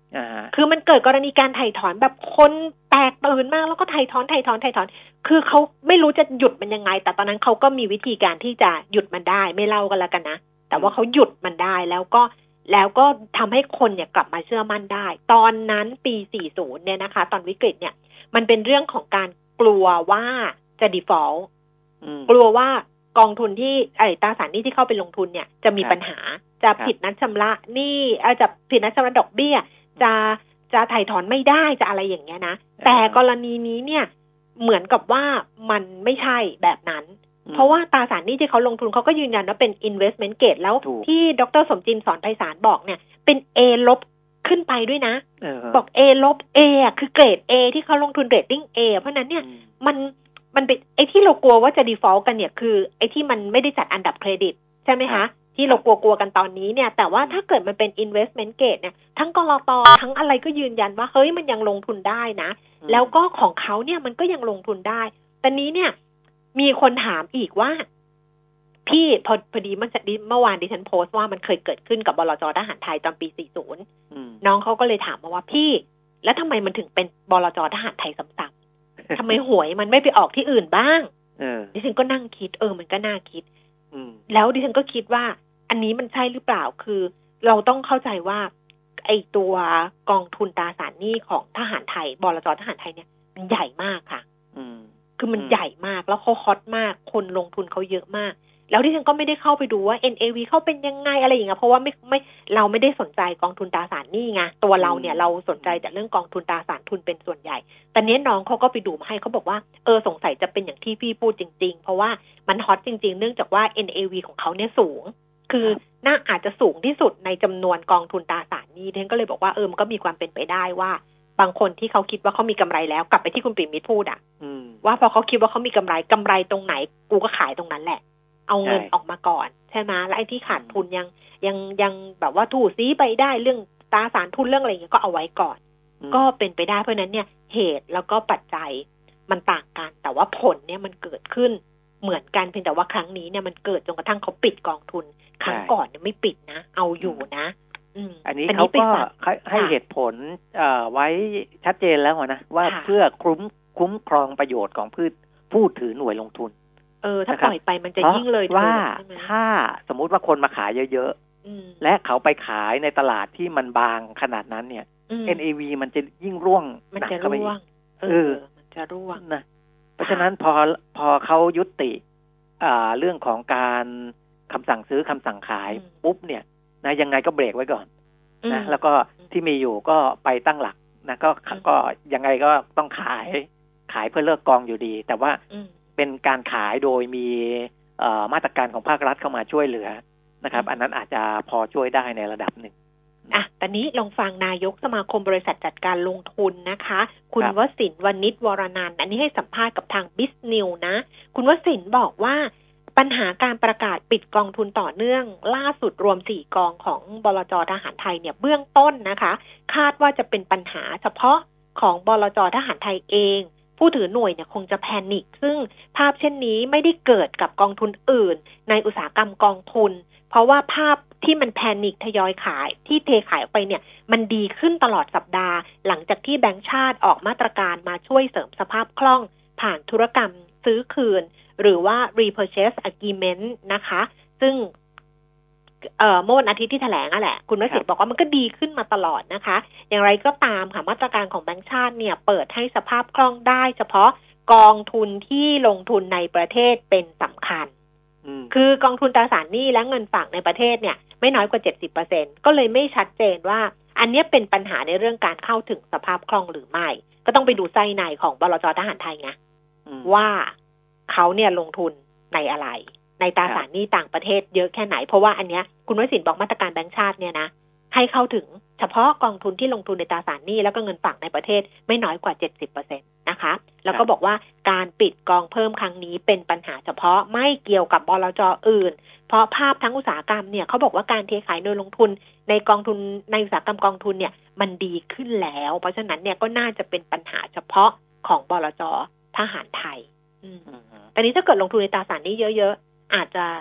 คือมันเกิดกรณีการถ่ายถอนแบบคนแตกตื่นมากแล้วก็ถ่ายถอนคือเขาไม่รู้จะหยุดมันยังไงแต่ตอนนั้นเขาก็มีวิธีการที่จะหยุดมันได้ไม่เล่ากันแล้วกันนะแต่ว่าเขาหยุดมันได้แล้วก็ทำให้คนเนี่ยกลับมาเชื่อมั่นได้ตอนนั้นปี40เนี่ยนะคะตอนวิกฤตเนี่ยมันเป็นเรื่องของการกลัวว่าจะ default กลัวว่ากองทุนที่ตราสารหนี้ที่เข้าไปลงทุนเนี่ยจะมีปัญหาจะผิดนัดชำระหนี้จะผิดนัดชำระดอกเบี้ยจะถ่ายถอนไม่ได้จะอะไรอย่างเงี้ยนะแต่กรณีนี้เนี่ยเหมือนกับว่ามันไม่ใช่แบบนั้นเพราะว่าตราสารหนี้ที่เขาลงทุนเขาก็ยืนยันว่าเป็น investment grade แล้วที่ดร.สมจินต์ สอนไพศาลบอกเนี่ยเป็น A ลบขึ้นไปด้วยนะบอก A ลบ A อ่ะคือเกรด A ที่เขาลงทุนเรตติ้ง A เพราะนั้นเนี่ยมันเป็นไอ้ที่เรากลัวว่าจะ default กันเนี่ยคือไอ้ที่มันไม่ได้จัดอันดับเครดิตใช่ไหมคะที่เรากลัวกันตอนนี้เนี่ยแต่ว่าถ้าเกิดมันเป็น investment grade เนี่ยทั้งกลต.ทั้งอะไรก็ยืนยันว่าเฮ้ยมันยังลงทุนได้นะแล้วก็ของเขาเนี่ยมันก็ยังลงทุนได้แต่นี้เนี่ยมีคนถามอีกว่าพี่พอดีเมื่อวานดิฉันโพสต์ว่ามันเคยเกิดขึ้นกับบลจ.ทหารไทยตอนปี40น้องเขาก็เลยถามมาว่าพี่แล้วทำไมมันถึงเป็นบลจ.ทหารไทยซ้ำๆทำไมหวยมันไม่ไปออกที่อื่นบ้างดิฉันก็นั่งคิดมันก็น่าคิดแล้วดิฉันก็คิดว่าอันนี้มันใช่หรือเปล่าคือเราต้องเข้าใจว่าไอตัวกองทุนตราสารหนี้ของทหารไทยบลจ.ทหารไทยเนี่ยมันใหญ่มากค่ะคือมันใหญ่มากแล้วเขาฮอตมากคนลงทุนเขาเยอะมากแล้วดิฉันก็ไม่ได้เข้าไปดูว่า NAV เขาเป็นยังไงอะไรอย่างเงี้ยเพราะว่าไม่เราไม่ได้สนใจกองทุนตราสารหนี้ไงตัวเราเนี่ยเราสนใจแต่เรื่องกองทุนตราสารทุนเป็นส่วนใหญ่แต่เนี้ยน้องเขาก็ไปดูมาให้เขาบอกว่าสงสัยจะเป็นอย่างที่พี่พูดจริงๆเพราะว่ามันฮอตจริงๆเนื่องจากว่า NAV ของเขาเนี่ยสูงคือน่าอาจจะสูงที่สุดในจำนวนกองทุนตราสารหนี้ดิฉันก็เลยบอกว่ามันก็มีความเป็นไปได้ว่าบางคนที่เขาคิดว่าเขามีกำไรแล้วกลับไปที่คุณปิ่มมิตรพูดว่าพอเขาคิดว่าเขามีกำไรตรงไหนกูก็ขายตรงนั้นแหละเอาเงินออกมาก่อนใช่ไหมแล้วไอ้ที่ขาดทุนยังแบบว่าถูซีไปได้เรื่องตราสารทุนเรื่องอะไรอย่างเงี้ยก็เอาไว้ก่อนก็เป็นไปได้เพราะนั้นเนี่ยเหตุแล้วก็ปัจจัยมันต่างกันแต่ว่าผลเนี่ยมันเกิดขึ้นเหมือนกันเพียงแต่ว่าครั้งนี้เนี่ยมันเกิดจนกระทั่งเขาปิดกองทุนครั้งก่อนเนี่ยไม่ปิดนะเอาอยู่นะอันนี้เขาก็ให้เหตุผลไว้ชัดเจนแล้วนะว่าเพื่อคุ้มครองประโยชน์ของผู้ถือหน่วยลงทุนถ้าปล่อยไปมันจะยิ่งเลยว่าถ้าสมมุติว่าคนมาขายเยอะๆและเขาไปขายในตลาดที่มันบางขนาดนั้นเนี่ย NAV มันจะยิ่งร่วงมันจะร่วงมันจะร่วงนะเพราะฉะนั้นพอเขายุติเรื่องของการคำสั่งซื้อคำสั่งขายปุ๊บเนี่ยนะยังไงก็เบรกไว้ก่อนนะแล้วก็ที่มีอยู่ก็ไปตั้งหลักนะก็ยังไงก็ต้องขายเพื่อเลิกกองอยู่ดีแต่ว่าเป็นการขายโดยมีมาตรการของภาครัฐเข้ามาช่วยเหลือนะครับอันนั้นอาจจะพอช่วยได้ในระดับหนึ่งตอนนี้ลองฟังนายกสมาคมบริษัทจัดการลงทุนนะคะคุณวสินทร์ วณิชวรนันท์อันนี้ให้สัมภาษณ์กับทาง BizNews นะคุณวสินทร์บอกว่าปัญหาการประกาศปิดกองทุนต่อเนื่องล่าสุดรวม4กองของบลจ.ทหารไทยเนี่ยเบื้องต้นนะคะคาดว่าจะเป็นปัญหาเฉพาะของบลจ.ทหารไทยเองผู้ถือหน่วยเนี่ยคงจะแพนิคซึ่งภาพเช่นนี้ไม่ได้เกิดกับกองทุนอื่นในอุตสาหกรรมกองทุนเพราะว่าภาพที่มันแพนิคทยอยขายที่เทขายออกไปเนี่ยมันดีขึ้นตลอดสัปดาห์หลังจากที่แบงก์ชาติออกมาตรการมาช่วยเสริมสภาพคล่องผ่านธุรกรรมซื้อคืนหรือว่า repurchase agreement นะคะซึ่งเมื่อวันอาทิตย์ที่แถลงอ่ะแหละคุณวสิทธิ์บอกว่ามันก็ดีขึ้นมาตลอดนะคะอย่างไรก็ตามค่ะมาตรการของแบงก์ชาติเนี่ยเปิดให้สภาพคล่องได้เฉพาะกองทุนที่ลงทุนในประเทศเป็นสำคัญคือกองทุนตราสารหนี้และเงินฝากในประเทศเนี่ยไม่น้อยกว่า 70% ก็เลยไม่ชัดเจนว่าอันนี้เป็นปัญหาในเรื่องการเข้าถึงสภาพคล่องหรือไม่ก็ต้องไปดูไส้ในของบลจ.ทหารไทยไงว่าเขาเนี่ยลงทุนในอะไรในตราสารหนี้ต่างประเทศเยอะแค่ไหนเพราะว่าอันเนี้ยคุณวสินทร์บอกมาตรการแบงก์ชาติเนี่ยนะให้เข้าถึงเฉพาะกองทุนที่ลงทุนในตราสารหนี้แล้วก็เงินฝากในประเทศไม่น้อยกว่า 70% นะคะแล้วก็บอกว่าการปิดกองเพิ่มครั้งนี้เป็นปัญหาเฉพาะไม่เกี่ยวกับบลจ.อื่นเพราะภาพทั้งอุตสาหกรรมเนี่ยเขาบอกว่าการเทขายโดยลงทุนในกองทุนในอุตสาหกรรมกองทุนเนี่ยมันดีขึ้นแล้วเพราะฉะนั้นเนี่ยก็น่าจะเป็นปัญหาเฉพาะของบลจ.ทหารไทยแต่นี้ถ้าเกิดลงทุนในตราสารหนี้เยอะๆอาจจะ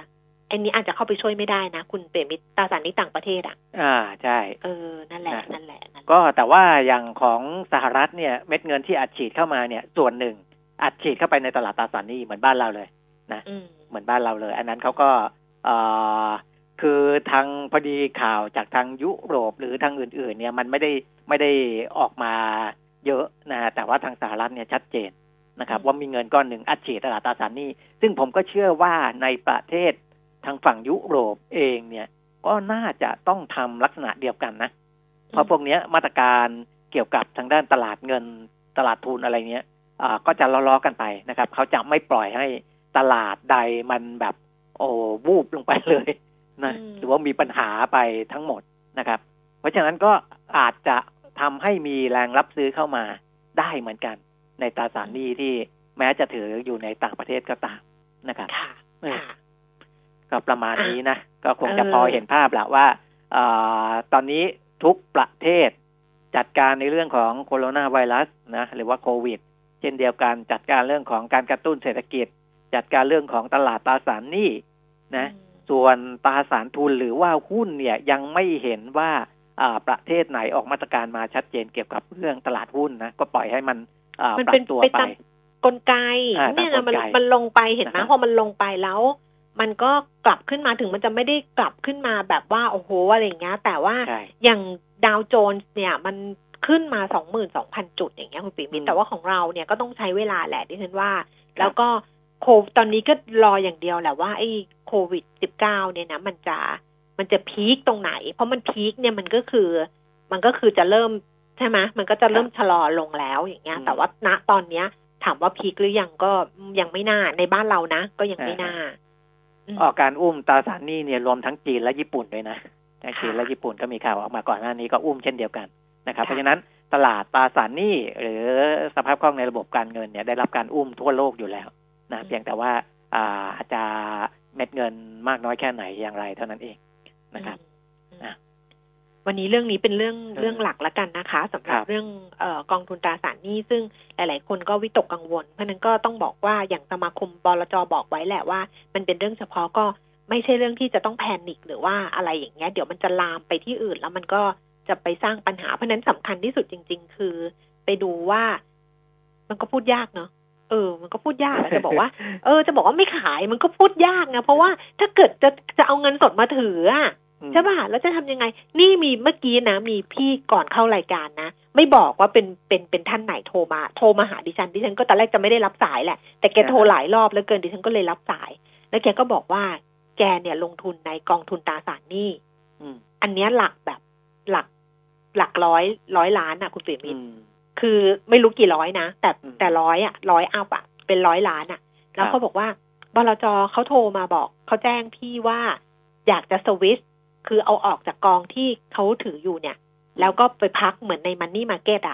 อันนี้อาจจะเข้าไปช่วยไม่ได้นะคุณเปรมิตรตราสารหนี้ต่างประเทศใช่นั่นแหละก็แต่ว่าอย่างของสหรัฐเนี่ยเม็ดเงินที่อัดฉีดเข้ามาเนี่ยส่วนหนึ่งอัดฉีดเข้าไปในตลาดตราสารหนี้เหมือนบ้านเราเลยนะเหมือนบ้านเราเลยอันนั้นเขาก็คือทางพอดีข่าวจากทางยุโรปหรือทางอื่นๆเนี่ยมันไม่ได้ออกมาเยอะนะแต่ว่าทางสหรัฐเนี่ยชัดเจนนะครับว่ามีเงินก้อนหนึ่งอัดฉีดตลาดตราสารหนี้ซึ่งผมก็เชื่อว่าในประเทศทางฝั่งยุโรปเองเนี่ยก็น่าจะต้องทำลักษณะเดียวกันนะเพราะพวกนี้มาตรการเกี่ยวกับทางด้านตลาดเงินตลาดทุนอะไรเนี้ยก็จะล้อๆกันไปนะครับเขาจะไม่ปล่อยให้ตลาดใดมันแบบวูบลงไปเลยนะหรือว่ามีปัญหาไปทั้งหมดนะครับเพราะฉะนั้นก็อาจจะทำให้มีแรงรับซื้อเข้ามาได้เหมือนกันในตราสารหนี้ที่แม้จะถืออยู่ในต่างประเทศก็ตามนะครับก็ประมาณนี้นะก็คงจะพอเห็นภาพแหละว่าตอนนี้ทุกประเทศจัดการในเรื่องของโคโรนาไวรัสนะหรือว่าโควิดเช่นเดียวกันจัดการเรื่องของการกระตุ้นเศรษฐกิจจัดการเรื่องของตลาดตราสารหนี้นะส่วนตราสารทุนหรือว่าหุ้นเนี่ยยังไม่เห็นว่าประเทศไหนออกมาตรการมาชัดเจนเกี่ยวกับเรื่องตลาดหุ้นนะก็ปล่อยให้มันปรับตัวไปกลไกเนี่ยมันลงไปเห็นไหมพอมันลงไปแล้วมันก็กลับขึ้นมาถึงมันจะไม่ได้กลับขึ้นมาแบบว่าโอ้โหอะไรอย่างเงี้ยแต่ว่าอย่างดาวโจนส์เนี่ยมันขึ้นมา 22,000 จุดอย่างเงี้ยคุณปิ่มแต่ว่าของเราเนี่ยก็ต้องใช้เวลาแหละดิฉันว่าแล้วก็ตอนนี้ก็รออย่างเดียวแหละว่าไอ้โควิด-19 เนี่ยนะมันจะพีคตรงไหนเพราะมันพีคเนี่ยมันก็คือจะเริ่มใช่ไหมมันก็จะเริ่มชะลอลงแล้วอย่างเงี้ยแต่ว่าณตอนเนี้ยถามว่าพีคหรือยังก็ยังไม่น่าในบ้านเรานะก็ยังไม่น่าการอุ้มตราสารหนี้เนี่ยรวมทั้งจีนและญี่ปุ่นด้วยนะจีนและญี่ปุ่นก็มีข่าวออกมาก่อนหน้านี้ก็อุ้มเช่นเดียวกันนะครับเพราะฉะนั้นตลาดตราสารหนี้หรือสภาพคล่องในระบบการเงินเนี่ยได้รับการอุ้มทั่วโลกอยู่แล้วนะเพียงแต่ว่าอาจจะเม็ดเงินมากน้อยแค่ไหนอย่างไรเท่านั้นเองนะครับวันนี้เรื่องนี้เป็นเรื่องหลักละกันนะคะสำหรับเรื่องกองทุนตราสารหนี้ซึ่งหลายๆคนก็วิตกกังวลเพราะนั้นก็ต้องบอกว่าอย่างสมาคมบลจ.บอกไว้แหละว่ามันเป็นเรื่องเฉพาะก็ไม่ใช่เรื่องที่จะต้องแพนิคหรือว่าอะไรอย่างเงี้ยเดี๋ยวมันจะลามไปที่อื่นแล้วมันก็จะไปสร้างปัญหาเพราะนั้นสำคัญที่สุดจริงๆคือไปดูว่ามันก็พูดยากเนาะมันก็พูดยากจะบอกว่าจะบอกว่าไม่ขายมันก็พูดยากนะเพราะว่าถ้าเกิดจะเอาเงินสดมาถือใช่ป่ะแล้วจะทำยังไงนี่มีเมื่อกี้นะมีพี่ก่อนเข้ารายการนะไม่บอกว่าเป็นท่านไหนโทรมาหาดิฉันก็ตอนแรกจะไม่ได้รับสายแหละแต่แกโทรหลายรอบแล้วเกินดิฉันก็เลยรับสายแล้วแกก็บอกว่าแกเนี่ยลงทุนในกองทุนตราสารหนี้อันเนี้ยหลักแบบหลักร้อยล้านอ่ะคุณปิ่มมิตรคือไม่รู้กี่ร้อยนะแต่ร้อยอัพเป็น100 ล้านแล้วเขาบอกว่าบลจ.เขาโทรมาบอกเขาแจ้งพี่ว่าอยากจะสวิตช์คือเอาออกจากกองที่เขาถืออยู่เนี่ยแล้วก็ไปพักเหมือนในมันนี่มาร์เก็ต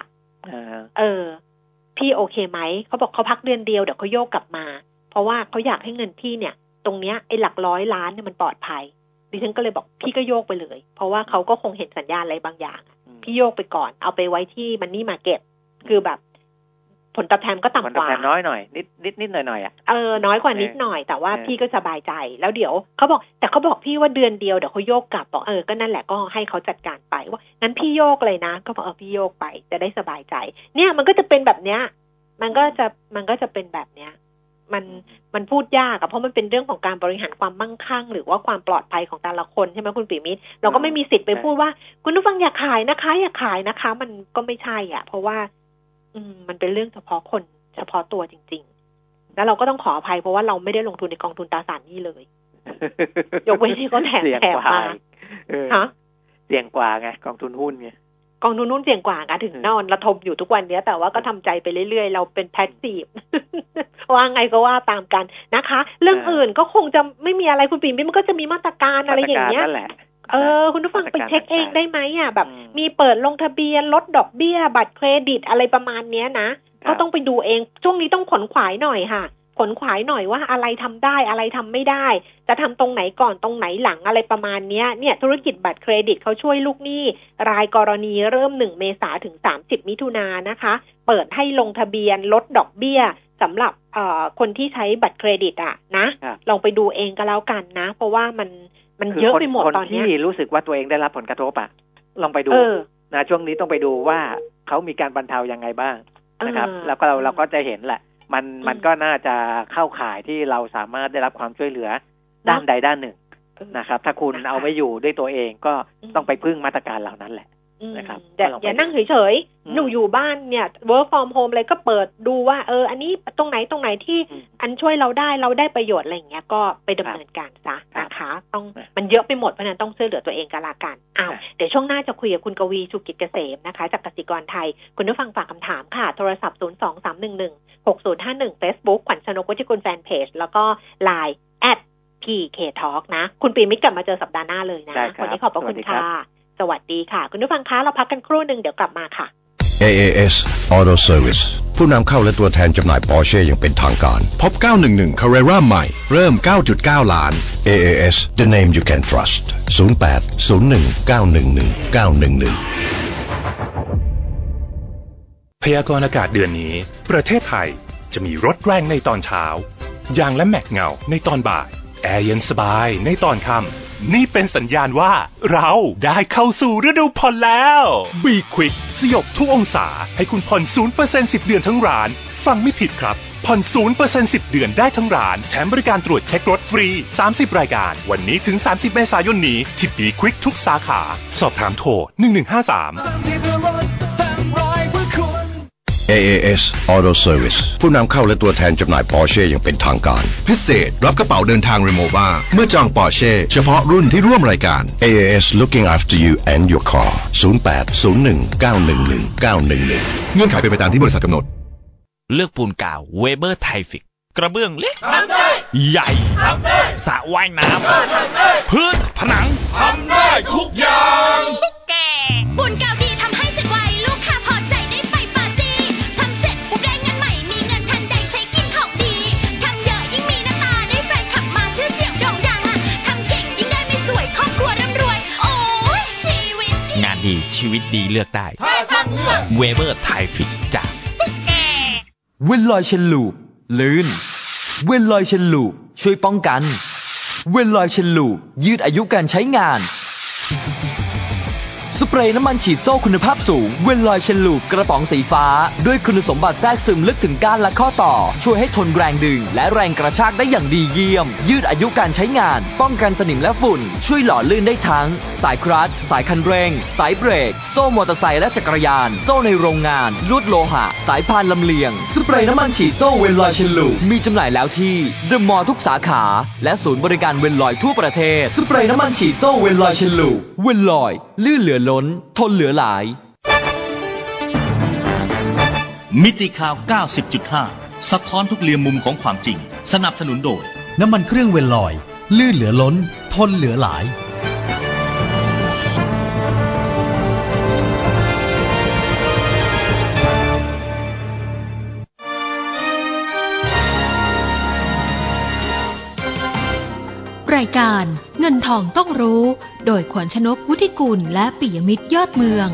พี่โอเคไหมเขาบอกเขาพักเดือนเดียวเดี๋ยวเขาโยกกลับมาเพราะว่าเขาอยากให้เงินพี่เนี่ยตรงเนี้ยไอ้หลัก100 ล้านเนี่ยมันปลอดภัยดิฉันก็เลยบอกพี่ก็โยกไปเลยเพราะว่าเขาก็คงเห็นสัญญาณอะไรบางอย่างพี่โยกไปก่อนเอาไปไว้ที่มันนี่มาร์เก็ตคือแบบผลตอบแทนก็ต่ำกว่าน้อยหน่อยนิดหน่อยน้อยกว่านิดหน่อยแต่ว่าพี่ก็สบายใจแล้วเดี๋ยวเขาบอกพี่ว่าเดือนเดียวเดี๋ยวเขาโยกกลับบอกก็นั่นแหละก็ให้เขาจัดการไปว่างั้นพี่โยกเลยนะก็บอกพี่โยกไปจะได้สบายใจเนี่ยมันก็จะเป็นแบบเนี้ยมันก็จะเป็นแบบเนี้ยมันพูดยากเพราะมันเป็นเรื่องของการบริหารความมั่งคั่งหรือว่าความปลอดภัยของแต่ละคนใช่ไหมคุณปิ่มมิตรเราก็ไม่มีสิทธิ์ไปพูดว่าคุณผู้ฟังอย่าขายนะคะมันก็ไม่ใช่เพราะว่ามันเป็นเรื่องเฉพาะคนเฉพาะตัวจริงๆแล้วเราก็ต้องขออภัยเพราะว่าเราไม่ได้ลงทุนในกองทุนตราสารหนี้เลยยกเว้นที่เขาแถมมาเสี่ยงกว่าไงกองทุนหุ้นไงกองทุนหุ้นเสี่ยงกว่าถึงนอนระทมอยู่ทุกวันนี้แต่ว่าก็ทำใจไปเรื่อยๆเราเป็นแพสซีฟว่าไงก็ว่าตามกันนะคะเรื่องอื่นก็คงจะไม่มีอะไรคุณปิ่มมันก็จะมีมาตรการอะไรอย่างเงี้ยคุณผู้ฟังไปเช็คเองได้ไหมแบบมีเปิดลงทะเบียนลดดอกเบี้ยบัตรเครดิตอะไรประมาณเนี้ยนะก็ต้องไปดูเองช่วงนี้ต้องขนขวายหน่อยค่ะขนขวายหน่อยว่าอะไรทำได้อะไรทำไม่ได้จะทำตรงไหนก่อนตรงไหนหลังอะไรประมาณนี้เนี่ยธุรกิจบัตรเครดิตเขาช่วยลูกหนี้รายกรณีเริ่ม1 เมษายนถึง30 มิถุนายนนะคะเปิดให้ลงทะเบียนลดดอกเบี้ยสำหรับคนที่ใช้บัตรเครดิตนะลองไปดูเองก็แล้วกันนะเพราะว่ามันเยอะไปหมดตอนนี้คนที่รู้สึกว่าตัวเองได้รับผลกระทบลองไปดูนะช่วงนี้ต้องไปดูว่าเขามีการบรรเทายังไงบ้างนะครับแล้วก็เราก็จะเห็นแหละมันก็น่าจะเข้าข่ายที่เราสามารถได้รับความช่วยเหลือด้านใดด้านหนึ่งนะครับถ้าคุณเอาไม่อยู่ด้วยตัวเองก็ต้องไปพึ่งมาตรการเหล่านั้นแหละนะครับอย่านั่งเฉยๆหนูอยู่บ้านเนี่ย work from home เลยก็เปิดดูว่าอันนี้ตรงไหนที่อันช่วยเราได้ประโยชน์อะไรอย่างเงี้ยก็ไปดำเนินการซะนะคะต้องมันเยอะไปหมดเพราะนั้นต้องช่วยเหลือตัวเองกันละกันเดี๋ยวช่วงหน้าจะคุยกับคุณกวีชูกิจเกษมนะคะจากกสิกรไทยคุณผู้ฟังฝากคำถามค่ะโทรศัพท์023116051 Facebook ขวัญชนกวุฒิกุลแฟนเพจแล้วก็ LINE @PK Talk นะคุณปีมิตรกลับมาเจอสัปดาห์หน้าเลยนะวันนี้ขอบพระคุณค่ะสวัสดีค่ะคุณผู้ฟังคะเราพักกันครู่นึงเดี๋ยวกลับมาค่ะ AAS Auto Service ผู้นำเข้าและตัวแทนจำหน่าย Porsche อย่างเป็นทางการพบ 911 Carrera ใหม่เริ่ม 9.9 ล้าน AAS The name you can trust 0801911911 พยากรณ์อากาศเดือนนี้ประเทศไทยจะมีรถแรงในตอนเช้ายางและแม็กเงาในตอนบ่ายแอร์เย็นสบายในตอนค่ำนี่เป็นสัญญาณว่าเราได้เข้าสู่ฤดูผ่อนแล้ว Be Quick สยบทุกองศาให้คุณผ่อน 0% 10 เดือนทั้งร้านฟังไม่ผิดครับผ่อน 0% 10 เดือนได้ทั้งร้านแถมบริการตรวจเช็ครถฟรี30รายการวันนี้ถึง30เมษายนนี้ที่ Be Quick ทุกสาขาสอบถามโทร1153 AAS Auto Service ผู้นำเข้าและตัวแทนจำหน่าย Porsche อย่างเป็นทางการพิเศษรับกระเป๋าเดินทาง Remova เมื่อจอง Porsche เฉพาะรุ่นที่ร่วมรายการ AAS Looking After You and Your Car 0801911911เงื่อนไขเป็นไปตามที่บริษัทกำหนดเลือกปูนกาวเวเบอร์ไทฟิกกระเบื้องเล็กทำได้ใหญ่ทำได้สระว่ายน้ำพื้นผนังทำได้ทุกอย่างตุ๊กแกปูนกาวดีทำให้เสร็จไวลูกค้าพอใจได้ไปปาร์ตี้ทำเสร็จปุ๊บได้เงินใหม่มีเงินทันใดใช้กินของดีทำเยอะยิ่งมีหน้าตาได้แฟนขับมาชื่อเสียงโด่งดังทำเก่งยิ่งได้ไม่สวยครอบครัวร่ำรวยโอ้ชีวิตงานดีชีวิตดีเลือกได้ถ้าช่างเลือกเวเบอร์ไทฟิกจากเวนลอยเชนลูปลื่นเวนลอยเชนลูปช่วยป้องกันเวนลอยเชนลูปยืดอายุการใช้งานสเปรย์น้ำมันฉีดโซ่คุณภาพสูงเวนลอยเชนลูปกระป๋องสีฟ้าด้วยคุณสมบัติแทรกซึมลึกถึงก้านและข้อต่อช่วยให้ทนแรงดึงและแรงกระชากได้อย่างดีเยี่ยมยืดอายุการใช้งานป้องกันสนิมและฝุ่นช่วยหล่อลื่นได้ทั้งสายคลัตช์สายคันเร่งสายเบรกโซ่มอเตอร์ไซค์และจักรยานโซ่ในโรงงานลวดโลหะสายพานลำเลียงสเปรย์น้ำมันฉีดโซ่เวนลอยเชนลูปมีจำหน่ายแล้วที่เดอะมอลล์ทุกสาขาและศูนย์บริการเวนลอยทั่วประเทศสเปรย์น้ำมันฉีดโซ่เวนลอยเชนลูปเวนลอยลื่นเหลือล้นทนเหลือหลายมิติข่าว 90.5 สะท้อนทุกเหลี่ยมมุมของความจริงสนับสนุนโดยน้ำมันเครื่องเวนลอยลื่นเหลือล้นทนเหลือหลายรายการเงินทองต้องรู้โดยขวัญชนกวุฒิกุลและปิยมิตรยอดเมือง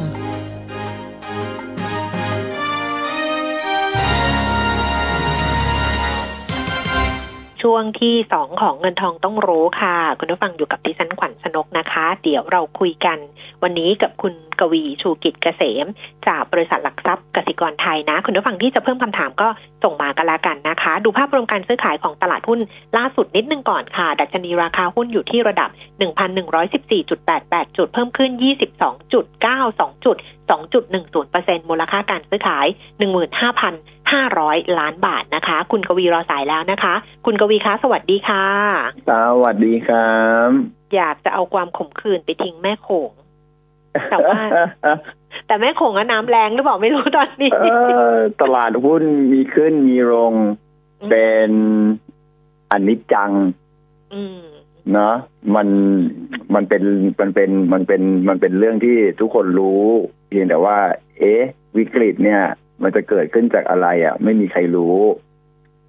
ช่วงที่2ของเงินทองต้องรู้ค่ะคุณผู้ฟังอยู่กับดิฉันขวัญชนกนะคะเดี๋ยวเราคุยกันวันนี้กับคุณกวีชูกิจเกษมจากบริษัทหลักทรัพย์กสิกรไทยนะคุณผู้ฟังที่จะเพิ่มคำถามก็ส่งมากันละกันนะคะดูภาพรวมการซื้อขายของตลาดหุ้นล่าสุดนิดนึงก่อนค่ะดัชนีราคาหุ้นอยู่ที่ระดับ 1,114.88 จุดเพิ่มขึ้น 22.92 จุด 2.10% มูลค่าการซื้อขาย 15,500 ล้านบาทนะคะคุณกวีรอสายแล้วนะคะคุณกวีคะสวัสดีค่ะสวัสดีครับอยากจะเอาความขมขื่นไปทิ้งแม่โขงแต่ว่าแต่แม่โขงน้ำแรงหรือเปล่าไม่รู้ตอนนี้ตลาดหุ้นมีขึ้นมีลงเป็นอนิจจังเนาะมันเป็นเรื่องที่ทุกคนรู้เพียงแต่ว่าวิกฤตเนี่ยมันจะเกิดขึ้นจากอะไรไม่มีใครรู้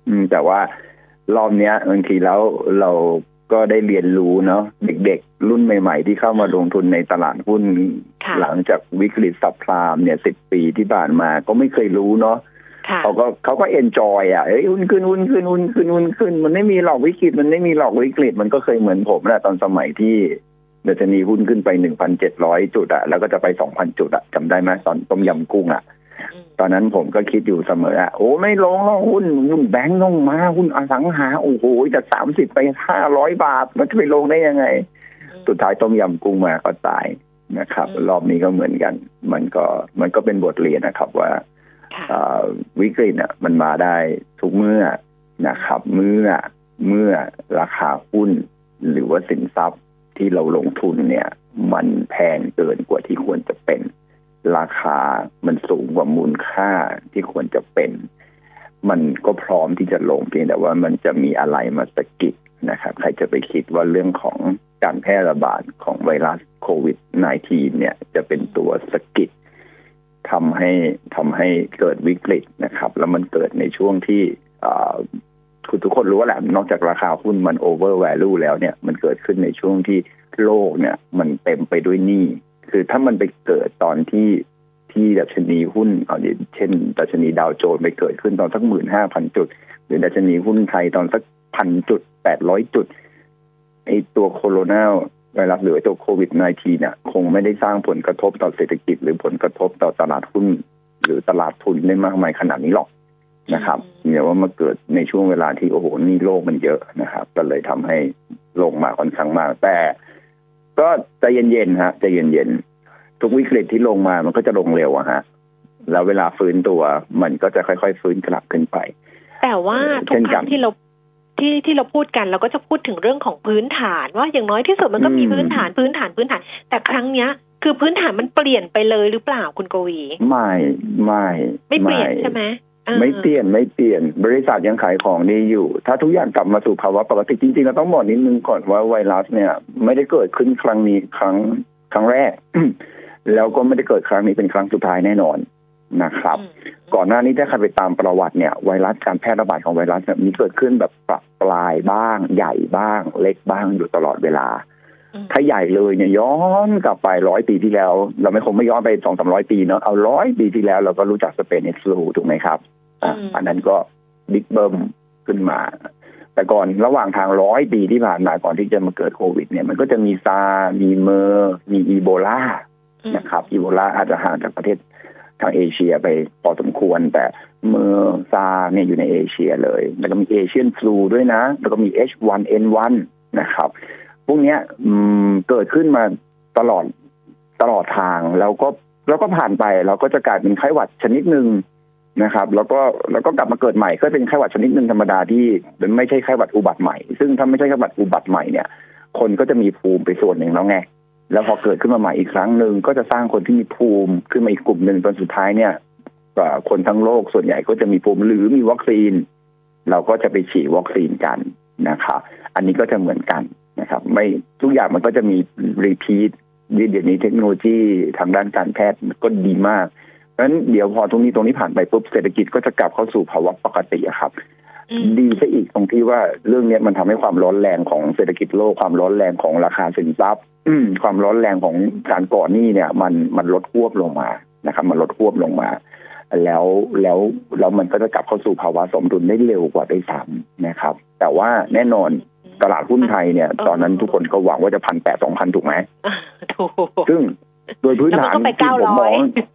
แต่ว่ารอบเนี้ยบางทีแล้วเราก็ได้เรียนรู้เนาะเด็กๆรุ่นใหม่ๆที่เข้ามาลงทุนในตลาดหุ้นหลังจากวิกฤตซับไพรม์เนี่ย10 ปีที่ผ่านมาก็ไม่เคยรู้เนาะเขาก็เอนจอยอ่ะหุ้นขึ้นมันไม่มีหลอกวิกฤตมันไม่มีหลอกวิกฤตมันก็เคยเหมือนผมแหละตอนสมัยที่ดัชนีหุ้นขึ้นไป 1,700 จุดอะแล้วก็จะไป 2,000 จุดอะจำได้ไหมตอนต้มยำกุ้งอะตอนนั้นผมก็คิดอยู่เสมออะโอ้ไม่ลงหรอกหุ้นแบงก์ลงมาหุ้นอสังหาโอ้โหจาก30ไป500 บาทมันจะไปลงได้ยังไงสุดท้ายต้มยำกุ้งมาก็ตายนะครับรอบนี้ก็เหมือนกันมันก็เป็นบทเรียนนะครับว่าวิกฤตอะมันมาได้ทุกเมื่อนะครับเมื่อราคาหุ้นหรือว่าสินทรัพย์ที่เราลงทุนเนี่ยมันแพงเกินกว่าที่ควรจะเป็นราคามันสูงกว่ามูลค่าที่ควรจะเป็นมันก็พร้อมที่จะลงเพียงแต่ว่ามันจะมีอะไรมาสะกิดนะครับใครจะไปคิดว่าเรื่องของการแพร่ระบาดของไวรัสโควิด -19 เนี่ยจะเป็นตัวสะกิดทำให้เกิดวิกฤตนะครับแล้วมันเกิดในช่วงที่คุณทุกคนรู้ว่าแหละนอกจากราคาหุ้นมันโอเวอร์แวลูแล้วเนี่ยมันเกิดขึ้นในช่วงที่โลกเนี่ยมันเต็มไปด้วยหนี้คือถ้ามันไปเกิดตอนที่ดัชนีหุ้นเช่นดัชนีดาวโจนส์ไปเกิดขึ้นตอนสัก 15,000 จุดหรือดัชนีหุ้นไทยตอนสัก 1,000 จุด 800 จุดไอ้ตัวโคโรนาไวรัสหรือตัวโควิด -19 เนี่ยคงไม่ได้สร้างผลกระทบต่อเศรษฐกิจหรือผลกระทบต่อตลาดหุ้นหรือตลาดทุนได้มากมายขนาดนี้หรอกนะครับเนี่ยว่ามาเกิดในช่วงเวลาที่โอ้โหนี่โลกมันเยอะนะครับก็เลยทำให้ลงมาค่อนข้างมากแต่ก็ใจเย็นๆฮะใจเย็นๆทุกวิกฤตที่ลงมามันก็จะลงเร็วอะฮะแล้วเวลาฟื้นตัวมันก็จะค่อยๆฟื้นกลับขึ้นไปแต่ว่าทุกครั้งที่เราพูดกันเราก็จะพูดถึงเรื่องของพื้นฐานว่าอย่างน้อยที่สุดมันก็มีพื้นฐานแต่ครั้งเนี้ยคือพื้นฐานมันเปลี่ยนไปเลยหรือเปล่าคุณกวีไม่เปลี่ยนใช่ไหมไม่เปลี่ยนบริษัทยังขายของดีอยู่ถ้าทุกอย่างกลับมาสู่ภาวะปกติจริงๆเราต้องบอกนิดนึงก่อนว่าไวรัสเนี่ยไม่ได้เกิดขึ้นครั้งนี้ครั้งแรก แล้วก็ไม่ได้เกิดครั้งนี้เป็นครั้งสุดท้ายแน่นอนนะครับก่อนหน้านี้ถ้าใครไปตามประวัติเนี่ยไวรัสการแพร่ระบาดของไวรัสเนี่ยมีเกิดขึ้นแบบปลายบ้างใหญ่บ้างเล็กบ้างอยู่ตลอดเวลาถ้าใหญ่เลยเนี่ยย้อนกลับไป100 ปีที่แล้วเราคงไม่ย้อนไป 200-300 ปีเนาะเอา100 ปีที่แล้วเราก็รู้จักสเปนิชฟลูถูกไหมครับอันนั้นก็บิ๊กเบิ้มขึ้นมาแต่ก่อนระหว่างทาง100 ปีที่ผ่านมาก่อนที่จะมาเกิดโควิดเนี่ยมันก็จะมีซาร์มีเมอร์มีอีโบลานะครับอีโบลาอาจจะห่างจากประเทศทางเอเชียไปพอสมควรแต่เมอร์ซาร์เนี่ยอยู่ในเอเชียเลยแล้วก็มีเอเชียนฟลูด้วยนะแล้วก็มี H1N1 นะครับพวกนี้เกิดขึ้นมาตลอดทางแล้วก็ผ่านไปเราก็จะกลายเป็นไข้หวัดชนิดหนึ่งนะครับแล้วก็กลับมาเกิดใหม่ก็เป็นไข้หวัดชนิดหนึ่งธรรมดาที่ไม่ใช่ไข้หวัดอุบัติใหม่ซึ่งถ้าไม่ใช่ไข้หวัดอุบัติใหม่เนี่ยคนก็จะมีภูมิไปส่วนหนึ่งแล้วไงแล้วพอเกิดขึ้นมาใหม่อีกครั้งหนึ่งก็จะสร้างคนที่มีภูมิขึ้นมาอีกกลุ่มหนึ่งจนสุดท้ายเนี่ยคนทั้งโลกส่วนใหญ่ก็จะมีภูมิหรือมีวัคซีนเราก็จะไปฉีดวัคซีนกันนะครับอันนี้ก็จะเหมือนกันนะครับไม่ทุกอย่างมันก็จะมีรีพีทเดี๋ยวนี้เทคโนโลยีทางด้านการแพทย์ก็ดีมากเพราะฉะนั้นเดี๋ยวพอตรงนี้ผ่านไปปุ๊บเศรษฐกิจก็จะกลับเข้าสู่ภาวะปกติครับดีซะอีกตรงที่ว่าเรื่องนี้มันทำให้ความร้อนแรงของเศรษฐกิจโลกความร้อนแรงของราคาสินทรัพย์ความร้อนแรงของการก่อหนี้เนี่ยมันลดควบลงมานะครับมันลดควบลงมาแล้วมันก็จะกลับเข้าสู่ภาวะสมดุลได้เร็วกว่าได้ซ้ำนะครับแต่ว่าแน่นอนตลาดหุ้นไทยเนี่ยตอนนั้นทุกคนก็หวังว่าจะ 1,800-2,000 ถูกไหมถูกซึ่งโดยพื้นฐานที่ผมมอง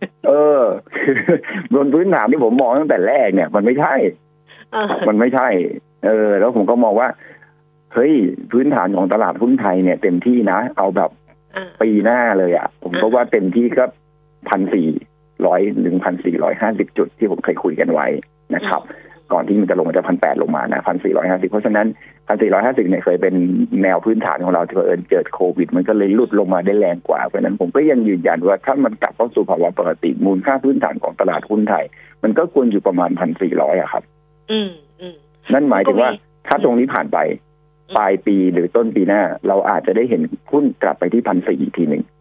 โดยพื้นฐานที่ผมมองตั้งแต่แรกเนี่ยมันไม่ใช่แล้วผมก็มองว่าเฮ้ยพื้นฐานของตลาดหุ้นไทยเนี่ยเต็มที่นะเอาแบบปีหน้าเลยอ่ะผมก็ว่าเต็มที่ก็ 1,400 ถึง 1,450 จุดที่ผมเคยคุยกันไว้นะครับก่อนที่มันจะลงมาจาก 1,800 ลงมานะ 1,450 เพราะฉะนั้น 1,450 เนี่ยเคยเป็นแนวพื้นฐานของเราที่เกิดโควิดมันก็เลยหลุดลงมาได้แรงกว่าเพราะฉะนั้นผมก็ยังยืนยันว่าถ้ามันกลับเข้าสู่ภาวะปกติมูลค่าพื้นฐานของตลาดหุ้นไทยมันก็ควรอยู่ประมาณ 1,400 อ่ะครับนั่นหมายถึงว่าถ้าตรงนี้ผ่านไปปลายปีหรือต้นปีหน้าเราอาจจะได้เห็นหุ้นกลับไปที่ 1,400 อีกทีนึง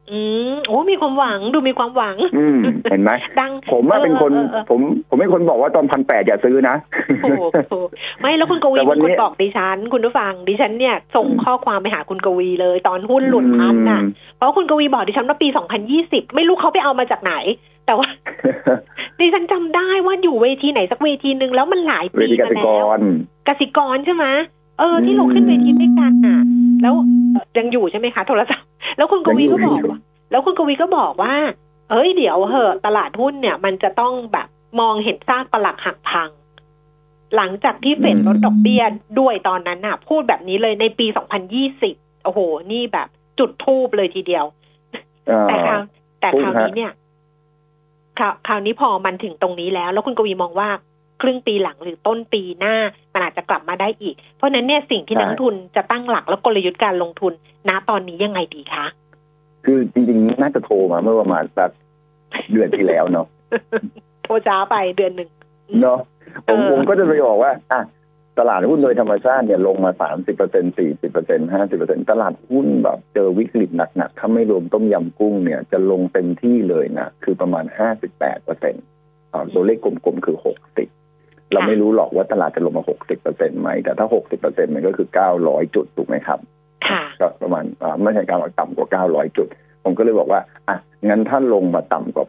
โอ้มีความหวังดูมีความหวังเห็นไหมผมว่าเป็นคนผมเป็นคนบอกว่าตอน1,800อย่าซื้อนะไม่แล้วคุณกวีเป็นคนบอกดิฉันคุณผู้ฟังดิฉันเนี่ยส่งข้อความไปหาคุณกวีเลยตอนหุ้นหลุดพันน่ะเพราะคุณกวีบอกดิฉันว่าปี2020ไม่รู้เขาไปเอามาจากไหนแต่ว่าดิฉันจำได้ว่าอยู่เวทีไหนสักเวทีนึงแล้วมันหลายปีมาแล้วกสิกรใช่ไหมที่ลงขึ้นเวทีด้วยกันน่ะแล้วยังอยู่ใช่ไหมคะโทรศัพท์แล้วคุณกวีก็บอกว่าเอ้ยเดี๋ยวเหอะตลาดหุ้นเนี่ยมันจะต้องแบบมองเห็นซากปรักหักพังหลังจากที่เฟดลดดอกเบี้ยด้วยตอนนั้นน่ะพูดแบบนี้เลยในปี2020โอ้โหนี่แบบจุดทูบเลยทีเดียวแต่คราวนี้เนี่ยคราวนี้พอมันถึงตรงนี้แล้วคุณกวีมองว่าครึ่งปีหลังหรือต้นปีหน้ามันอาจจะกลับมาได้อีกเพราะนั้นเนี่ยสิ่งที่นักทุนจะตั้งหลักแล้วกลยุทธ์การลงทุนณตอนนี้ยังไงดีคะคือจริงๆน่าจะโทรมาเมื่อประมาณสักเดือนที่แล้วเนาะโทรช้าไปเดือนนึงเนาะผมก็จะไปบอกว่าตลาดหุ้นโดยธรรมชาติเนี่ยลงมา 30% 40% 50% ตลาดหุ้นแบบเจอวิกฤตหนักๆถ้าไม่รวมต้มยำกุ้งเนี่ยจะลงเต็มที่เลยนะคือประมาณ 58%ตัวเลขกลมๆคือ60เราไม่รู้หรอกว่าตลาดจะลงมา 60% ไหมแต่ถ้า 60% มันก็คือ900จุดถูกไหมครับก็ประมาณไม่ใช่900ต่ำกว่า900จุดผมก็เลยบอกว่างั้นถ้าลงมาต่ำกว่า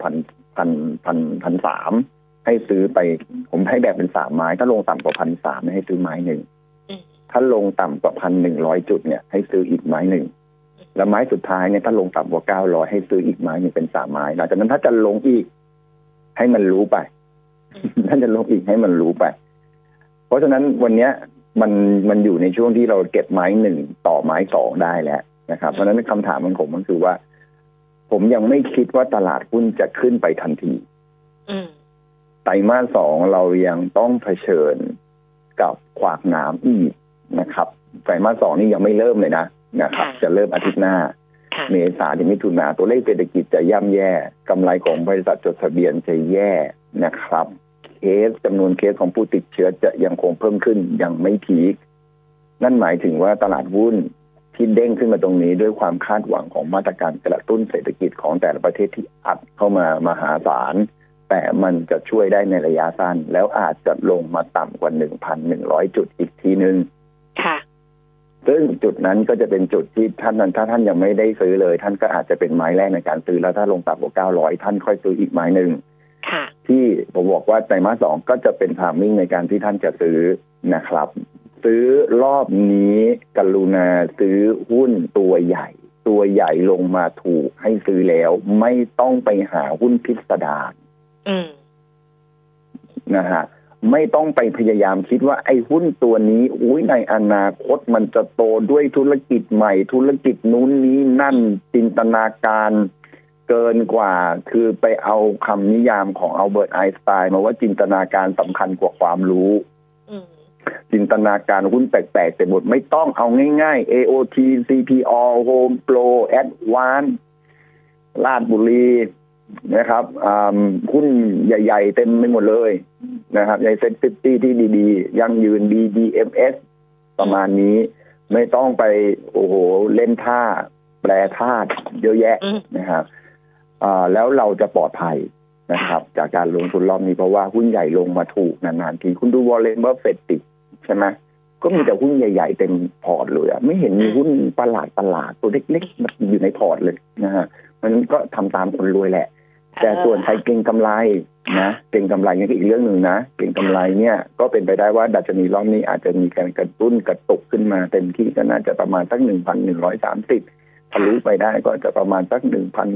1,300ให้ซื้อไปผมให้แบ่งเป็น3ไม้ถ้าลงต่ำกว่า1,300ให้ซื้อไม้นึงถ้าลงต่ำกว่า 1,100 จุดเนี่ยให้ซื้ออีกไม้นึงแล้วไม้สุดท้ายเนี่ยถ้าลงต่ำกว่า900ให้ซื้ออีกไม้นึงเป็น3ไม้หลังจากนั้นถ้าจะลงอีกให้มันรู้ไปถ้าจะลงอีกให้มันรู้ไปเพราะฉะนั้นวันนี้มันอยู่ในช่วงที่เราเก็บไม้1ต่อไม้2ได้แล้วนะครับเพราะฉะนั้นคำถามของผมก็คือว่าผมยังไม่คิดว่าตลาดหุ้นจะขึ้นไปทันทีไตรมาส2เรายังต้องเผชิญกับขวากหนามอีกนะครับไตรมาส2นี่ยังไม่เริ่มเลยนะครับจะเริ่มอาทิตย์หน้าเมษายนถึงมิถุนายนตัวเลขเศรษฐกิจจะย่ำแย่กำไรของบริษัทจดทะเบียนจะแย่นะครับเคสจำนวนเคสของผู้ติดเชื้อจะยังคงเพิ่มขึ้นยังไม่พีคนั่นหมายถึงว่าตลาดหุ้นที่เด้งขึ้นมาตรงนี้ด้วยความคาดหวังของมาตรการกระตุ้นเศรษฐกิจของแต่ละประเทศที่อัดเข้ามามหาศาลแต่มันจะช่วยได้ในระยะสั้นแล้วอาจจะลงมาต่ำกว่า 1,100 จุดอีกทีนึงค่ะซึ่งจุดนั้นก็จะเป็นจุดที่ถ้าท่านยังไม่ได้ซื้อเลยท่านก็อาจจะเป็นไม้แรกในการซื้อแล้วถ้าลงต่ำกว่า900ท่านค่อยซื้ออีกไม้นึงที่ผมบอกว่าไตรมาส2ก็จะเป็นไทมิ่งในการที่ท่านจะซื้อนะครับซื้อรอบนี้กรุณาซื้อหุ้นตัวใหญ่ลงมาถูกให้ซื้อแล้วไม่ต้องไปหาหุ้นพิสดารนะฮะไม่ต้องไปพยายามคิดว่าไอ้หุ้นตัวนี้ในอนาคตมันจะโตด้วยธุรกิจใหม่ธุรกิจนู้นนี้นั่นจินตนาการเกินกว่าคือไปเอาคำนิยามของอัลเบิร์ตไอน์สไตน์มาว่าจินตนาการสำคัญกว่าความรู้จินตนาการหุ้นแปลกๆแต่หมดไม่ต้องเอาง่ายๆ AOT CPO Home Pro Advance ลาดบุรีนะครับหุ้นใหญ่ๆเต็มไปหมดเลยนะครับในเซ็ต50ที่ดีๆยั่งยืน BDMs ประมาณนี้ไม่ต้องไปเล่นท่าแปลธาตุเยอะแยะนะครับแล้วเราจะปลอดภัยนะครับจากการลงทุนรอบนี้เพราะว่าหุ้นใหญ่ลงมาถูกนานๆทีคุณดูวอร์เรน บัฟเฟตต์ใช่ไหมก็มีแต่หุ้นใหญ่ๆเต็มพอร์ตเลยไม่เห็นมีหุ้นประหลาดตัวเล็กๆอยู่ในพอร์ตเลยนะฮะมันก็ทำตามคนรวยแหละแต่ส่วนใครเก็งกำไรนะเก็งกำไรนี่ก็อีกเรื่องนึงนะเก็งกำไรเนี่ยก็เป็นไปได้ว่าดัชนีรอบนี้อาจจะมีการกระตุ้นกระตุกขึ้นมาเต็มที่ก็น่าจะประมาณสัก 1,130 ทะลุไปได้ก็จะประมาณสัก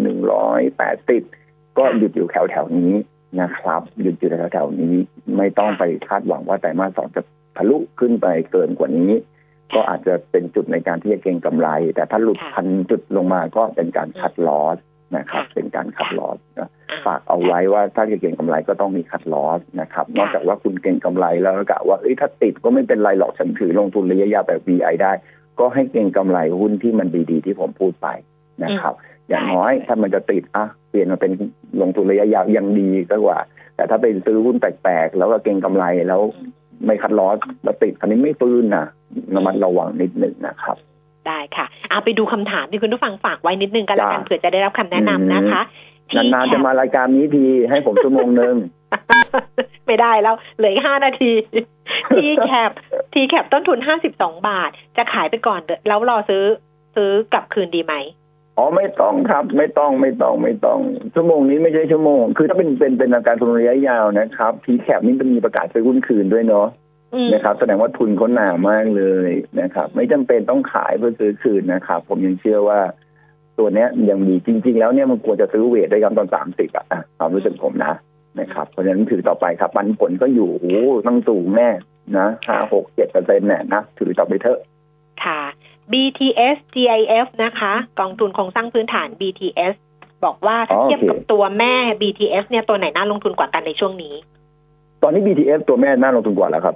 1,180 ก็หยุดอยู่แถวๆนี้นะครับหยุดอยู่แถวๆนี้ไม่ต้องไปคาดหวังว่าไตรมาส2จะทะลุขึ้นไปเกินกว่านี้ก็อาจจะเป็นจุดในการที่จะเก็งกำไรแต่ถ้าหลุด1,000 จุดลงมาก็เป็นการคัดลอสนะครับเป็นการคัดลอสนะฝากเอาไว้ว่าถ้าจะเก็งกำไรก็ต้องมีคัดลอสนะครับนอกจากว่าคุณเก็งกำไรแล้วกะว่าถ้าติดก็ไม่เป็นไรหรอกฉันถือลงทุนระยะยาวแบบ VI ได้ก็ให้เก็งกำไรหุ้นที่มันดีๆที่ผมพูดไปนะครับอย่างน้อยถ้ามันจะติดเปลี่ยนมาเป็นลงทุนระยะยาวยังดีก็กว่าแต่ถ้าไปซื้อหุ้นแปลกๆแล้วก็เก็งกำไรแล้วไม่คัดลอสแล้วติดอันนี้ไม่ฟื้นนะระมัดระวังนิดหนึ่งนะครับได้ค่ะไปดูคำถามที่คุณผู้ฟังฝากไว้นิดนึงกันแล้วกันเผื่อจะได้รับคำแนะนำนะคะนานๆจะมารายการนี้ทีให้ผมชั่วโมงนึงไม่ได้แล้วเหลือ5 นาทีทีแคปต้นทุน52 บาทจะขายไปก่อนแล้วรอซื้อกลับคืนดีไหมไม่ต้องครับไม่ต้องชั่วโมงนี้ไม่ใช่ชั่วโมงคือถ้าเป็นการทุนระยะยาวนะครับทีแคปนี่จะมีประกาศซื้อหุ้นคืนด้วยเนาะนะครับแสดงว่าทุนเขาหนามากเลยนะครับไม่จำเป็นต้องขายเพื่อซื้อคืนนะครับผมยังเชื่อว่าตัวเนี้ยยังมีจริงๆแล้วเนี่ยมันควรจะซื้อเวทได้กันตอน30ความรู้สึกผมนะครับเพราะฉะนั้นถือต่อไปครับปันผลก็อยู่ตั้งสูงแน่นะ5-6-7% เนี่ยนะถือต่อไปเถอะค่ะ BTS GIF นะคะกองทุนโครงสร้างพื้นฐาน BTS บอกว่าถ้าเทียบกับตัวแม่ BTS เนี่ยตัวไหนน่าลงทุนกว่ากันในช่วงนี้ตอนนี้ BTS ตัวแม่น่าลงทุนกว่าแล้วครับ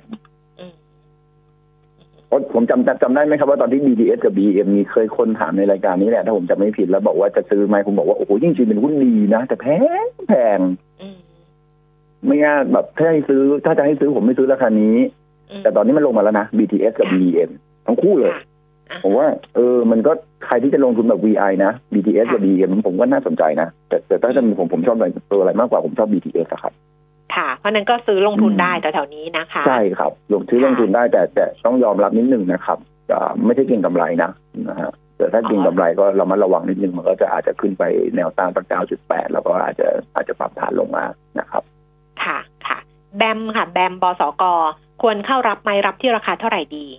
ผมจำได้ไหมครับว่าตอนที่ BTS กับ BM มีเคยคนถามในรายการนี้แหละถ้าผมจำไม่ผิดแล้วบอกว่าจะซื้อไหมผมบอกว่าโอ้โหจริงๆเป็นหุ้นดีนะแต่แพงไม่ง่ายแบบถ้าจะให้ซื้อผมไม่ซื้อราคานี้แต่ตอนนี้มันลงมาแล้วนะ BTS กับ BM ทั้งคู่เลยผมว่ามันก็ใครที่จะลงทุนแบบ VI นะ BTS กับ BM ผมก็น่าสนใจนะแต่ถ้าจะมีผมชอบตัวอะไรมากกว่าผมชอบ BTS ครับค่ะเพราะนั้นก็ซื้อลงทุนได้แถวๆนี้นะคะใช่ครับลงทุนได้แต่ต้องยอมรับนิดนึงนะครับไม่ใช่เก็งกำไรนะฮะแต่ถ้าเก็งกำไรก็เรามาระวังนิดนึงมันก็จะอาจจะขึ้นไปแนวต้าน9.8แล้วก็อาจจะปรับฐานลงมานะครับค่ะแบมค่ะแบมบสก.ควรเข้ารับไหมรับที่ราคาเท่าไหร่ดี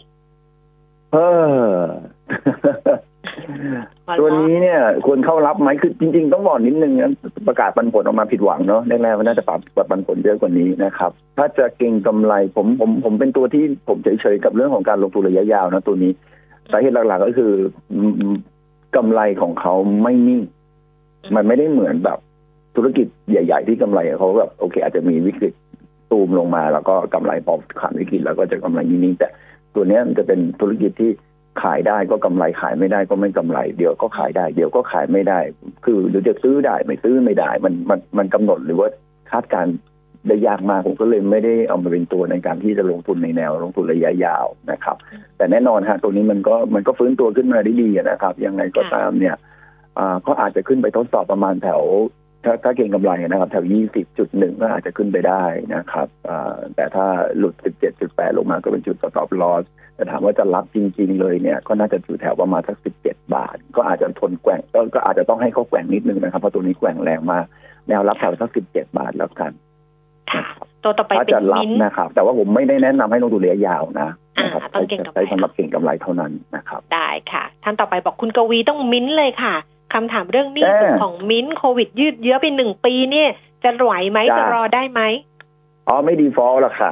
ตัวนี้เนี่ยควรเข้ารับไหมคือจริงๆต้องบอกนิดนึงนะประกาศปันผลออกมาผิดหวังเนาะแรกๆมันน่าจะปรับปันผลเยอะกว่านี้นะครับถ้าจะเก็งกำไรผมเป็นตัวที่ผมเฉยๆกับเรื่องของการลงทุนระยะยาวนะตัวนี้สาเหตุหลักๆก็คือกำไรของเขาไม่นิ่งมันไม่ได้เหมือนแบบธุรกิจใหญ่ๆที่กำไรเขาแบบโอเคอาจจะมีวิกฤตตูมลงมาแล้วก็กำไรพอผ่านวิกฤตแล้วก็จะกำไรนิ่งๆแต่ตัวนี้มันจะเป็นธุรกิจที่ขายได้ก็กำไรขายไม่ได้ก็ไม่กำไรเดี๋ยวก็ขายได้เดี๋ยวก็ขายไม่ได้คือเดี๋ยวจะซื้อได้ไม่ซื้อไม่ได้มันกำหนดหรือว่าคาดการได้ยากมากผมก็เลยไม่ได้เอามาเป็นตัวในการที่จะลงทุนในแนวลงทุนระยะยาวนะครับแต่แน่นอนฮะตัวนี้มันก็ฟื้นตัวขึ้นมาได้ดีนะครับยังไงก็ตามเนี่ยก็อาจจะขึ้นไปทดสอบประมาณแถวถ้าเก็งกำไรนะครับแถว 20.1 ก็อาจจะขึ้นไปได้นะครับแต่ถ้าหลุด 17.8 ลงมาก็เป็นจุด stop loss แต่ถามว่าจะรับจริงๆเลยเนี่ยก็น่าจะอยู่แถวประมาณสัก17 บาทก็อาจจะทนแกว่งก็อาจจะต้องให้เขาแกว่งนิดนึงนะครับเพราะตัวนี้แกว่งแรงมากแนวรับแถวสัก17 บาทแล้วกันตัวต่อไปเป็นมิ้นท์นะครับแต่ว่าผมไม่ได้แนะนำให้ลงทุนระยะยาวนะครับใช้สำหรับเก็งกำไรเท่านั้นนะครับได้ค่ะท่านต่อไปบอกคุณกวีต้องมิ้นท์เลยค่ะคำถามเรื่องหนี้ของมิ้นท์โควิดยืดเยื้อไป1 ปีเนี่ยจะไหวไหมจะรอได้ไหมไม่ดีฟอลต์หรอกค่ะ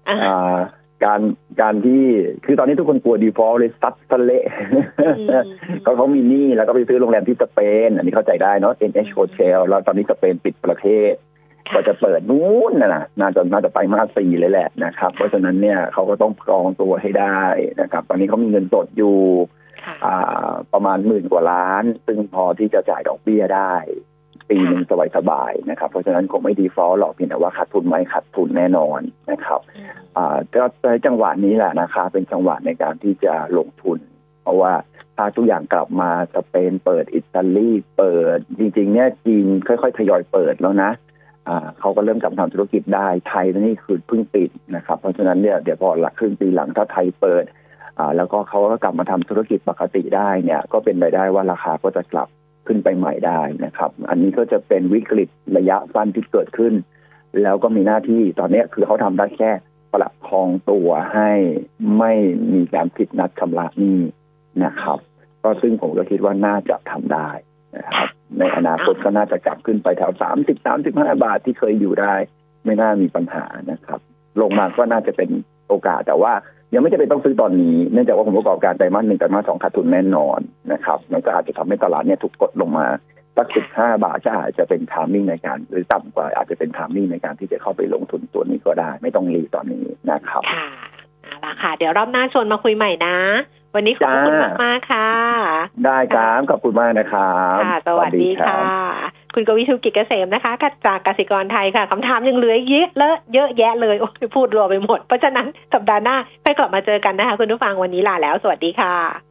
การที่คือตอนนี้ทุกคนกลัวดีฟอลต์เลยซัดทะเลเขามีหนี้แล้วก็ไปซื้อโรงแรมที่สเปนอันนี้เข้าใจได้เนาะ NH Hotel แล้วตอนนี้สเปนปิดประเทศก็จะเปิดนู้นน่าจะไปมา4เลยแหละนะครับเพราะฉะนั้นเนี่ยเขาก็ต้องกรองตัวให้ได้นะครับตอนนี้เขามีเงินสดอยู่ประมาณ10,000 กว่าล้านซึ่งพอที่จะจ่ายดอกเบี้ยได้ปีนึงสบายๆนะครับเพราะฉะนั้นคงไม่ดีฟอลต์หรอกเพียงแต่ว่าขาดทุนไหมขาดทุนแน่นอนนะครับก็ในจังหวะนี้แหละนะคะเป็นจังหวะในการที่จะลงทุนเพราะว่าถ้าทุกอย่างกลับมาสเปนเปิดอิตาลีเปิดจริงๆเนี่ยจีนค่อยๆทยอยเปิดแล้วนะเขาก็เริ่มกลับมาทำธุรกิจได้ไทยนี่คือเพิ่งปิดนะครับเพราะฉะนั้นเนี่ยเดี๋ยวพอหลักครึ่งปีหลังถ้าไทยเปิดแล้วก็เขาก็กลับมาทำธุรกิจปกติได้เนี่ยก็เป็นไปได้ว่าราคาก็จะกลับขึ้นไปใหม่ได้นะครับอันนี้ก็จะเป็นวิกฤตระยะสั้นที่เกิดขึ้นแล้วก็มีหน้าที่ตอนนี้คือเขาทำได้แค่ประคองตัวให้ไม่มีการผิดนัดชำระหนี้นะครับก็ซึ่งผมก็คิดว่าน่าจะทำได้นะครับในอนาคตก็น่าจะกลับขึ้นไปแถว30-35 บาทที่เคยอยู่ได้ไม่น่ามีปัญหานะครับลงมาก็น่าจะเป็นโอกาสแต่ว่ายังไม่จำเป็นต้องซื้อตอนนี้เนื่องจากว่าผลประกอบการไตรมาส 1ไตรมาส 2ขาดทุนแน่นอนนะครับมันก็อาจจะทำให้ตลาดเนี่ยถูกกดลงมาสัก15 บาทก็อาจจะเป็นไทมิ่งในการหรือต่ำกว่าอาจจะเป็นไทมิ่งในการที่จะเข้าไปลงทุนตัวนี้ก็ได้ไม่ต้องรีตอนนี้นะครับค่ะเอาล่ะค่ะเดี๋ยวรอบหน้าชวนมาคุยใหม่นะวันนี้ขอบคุณมากๆค่ะได้ครับขอบคุณมากนะครับสวัสดีค่ะคุณกวีชูกิจเกษมนะคะจากกสิกรไทยค่ะคำถามยังเหลือเยอะแยะเลยโอ้ยพูดรัวไปหมดเพราะฉะนั้นสัปดาห์หน้าไปกลับมาเจอกันนะคะคุณผู้ฟังวันนี้ลาแล้วสวัสดีค่ะ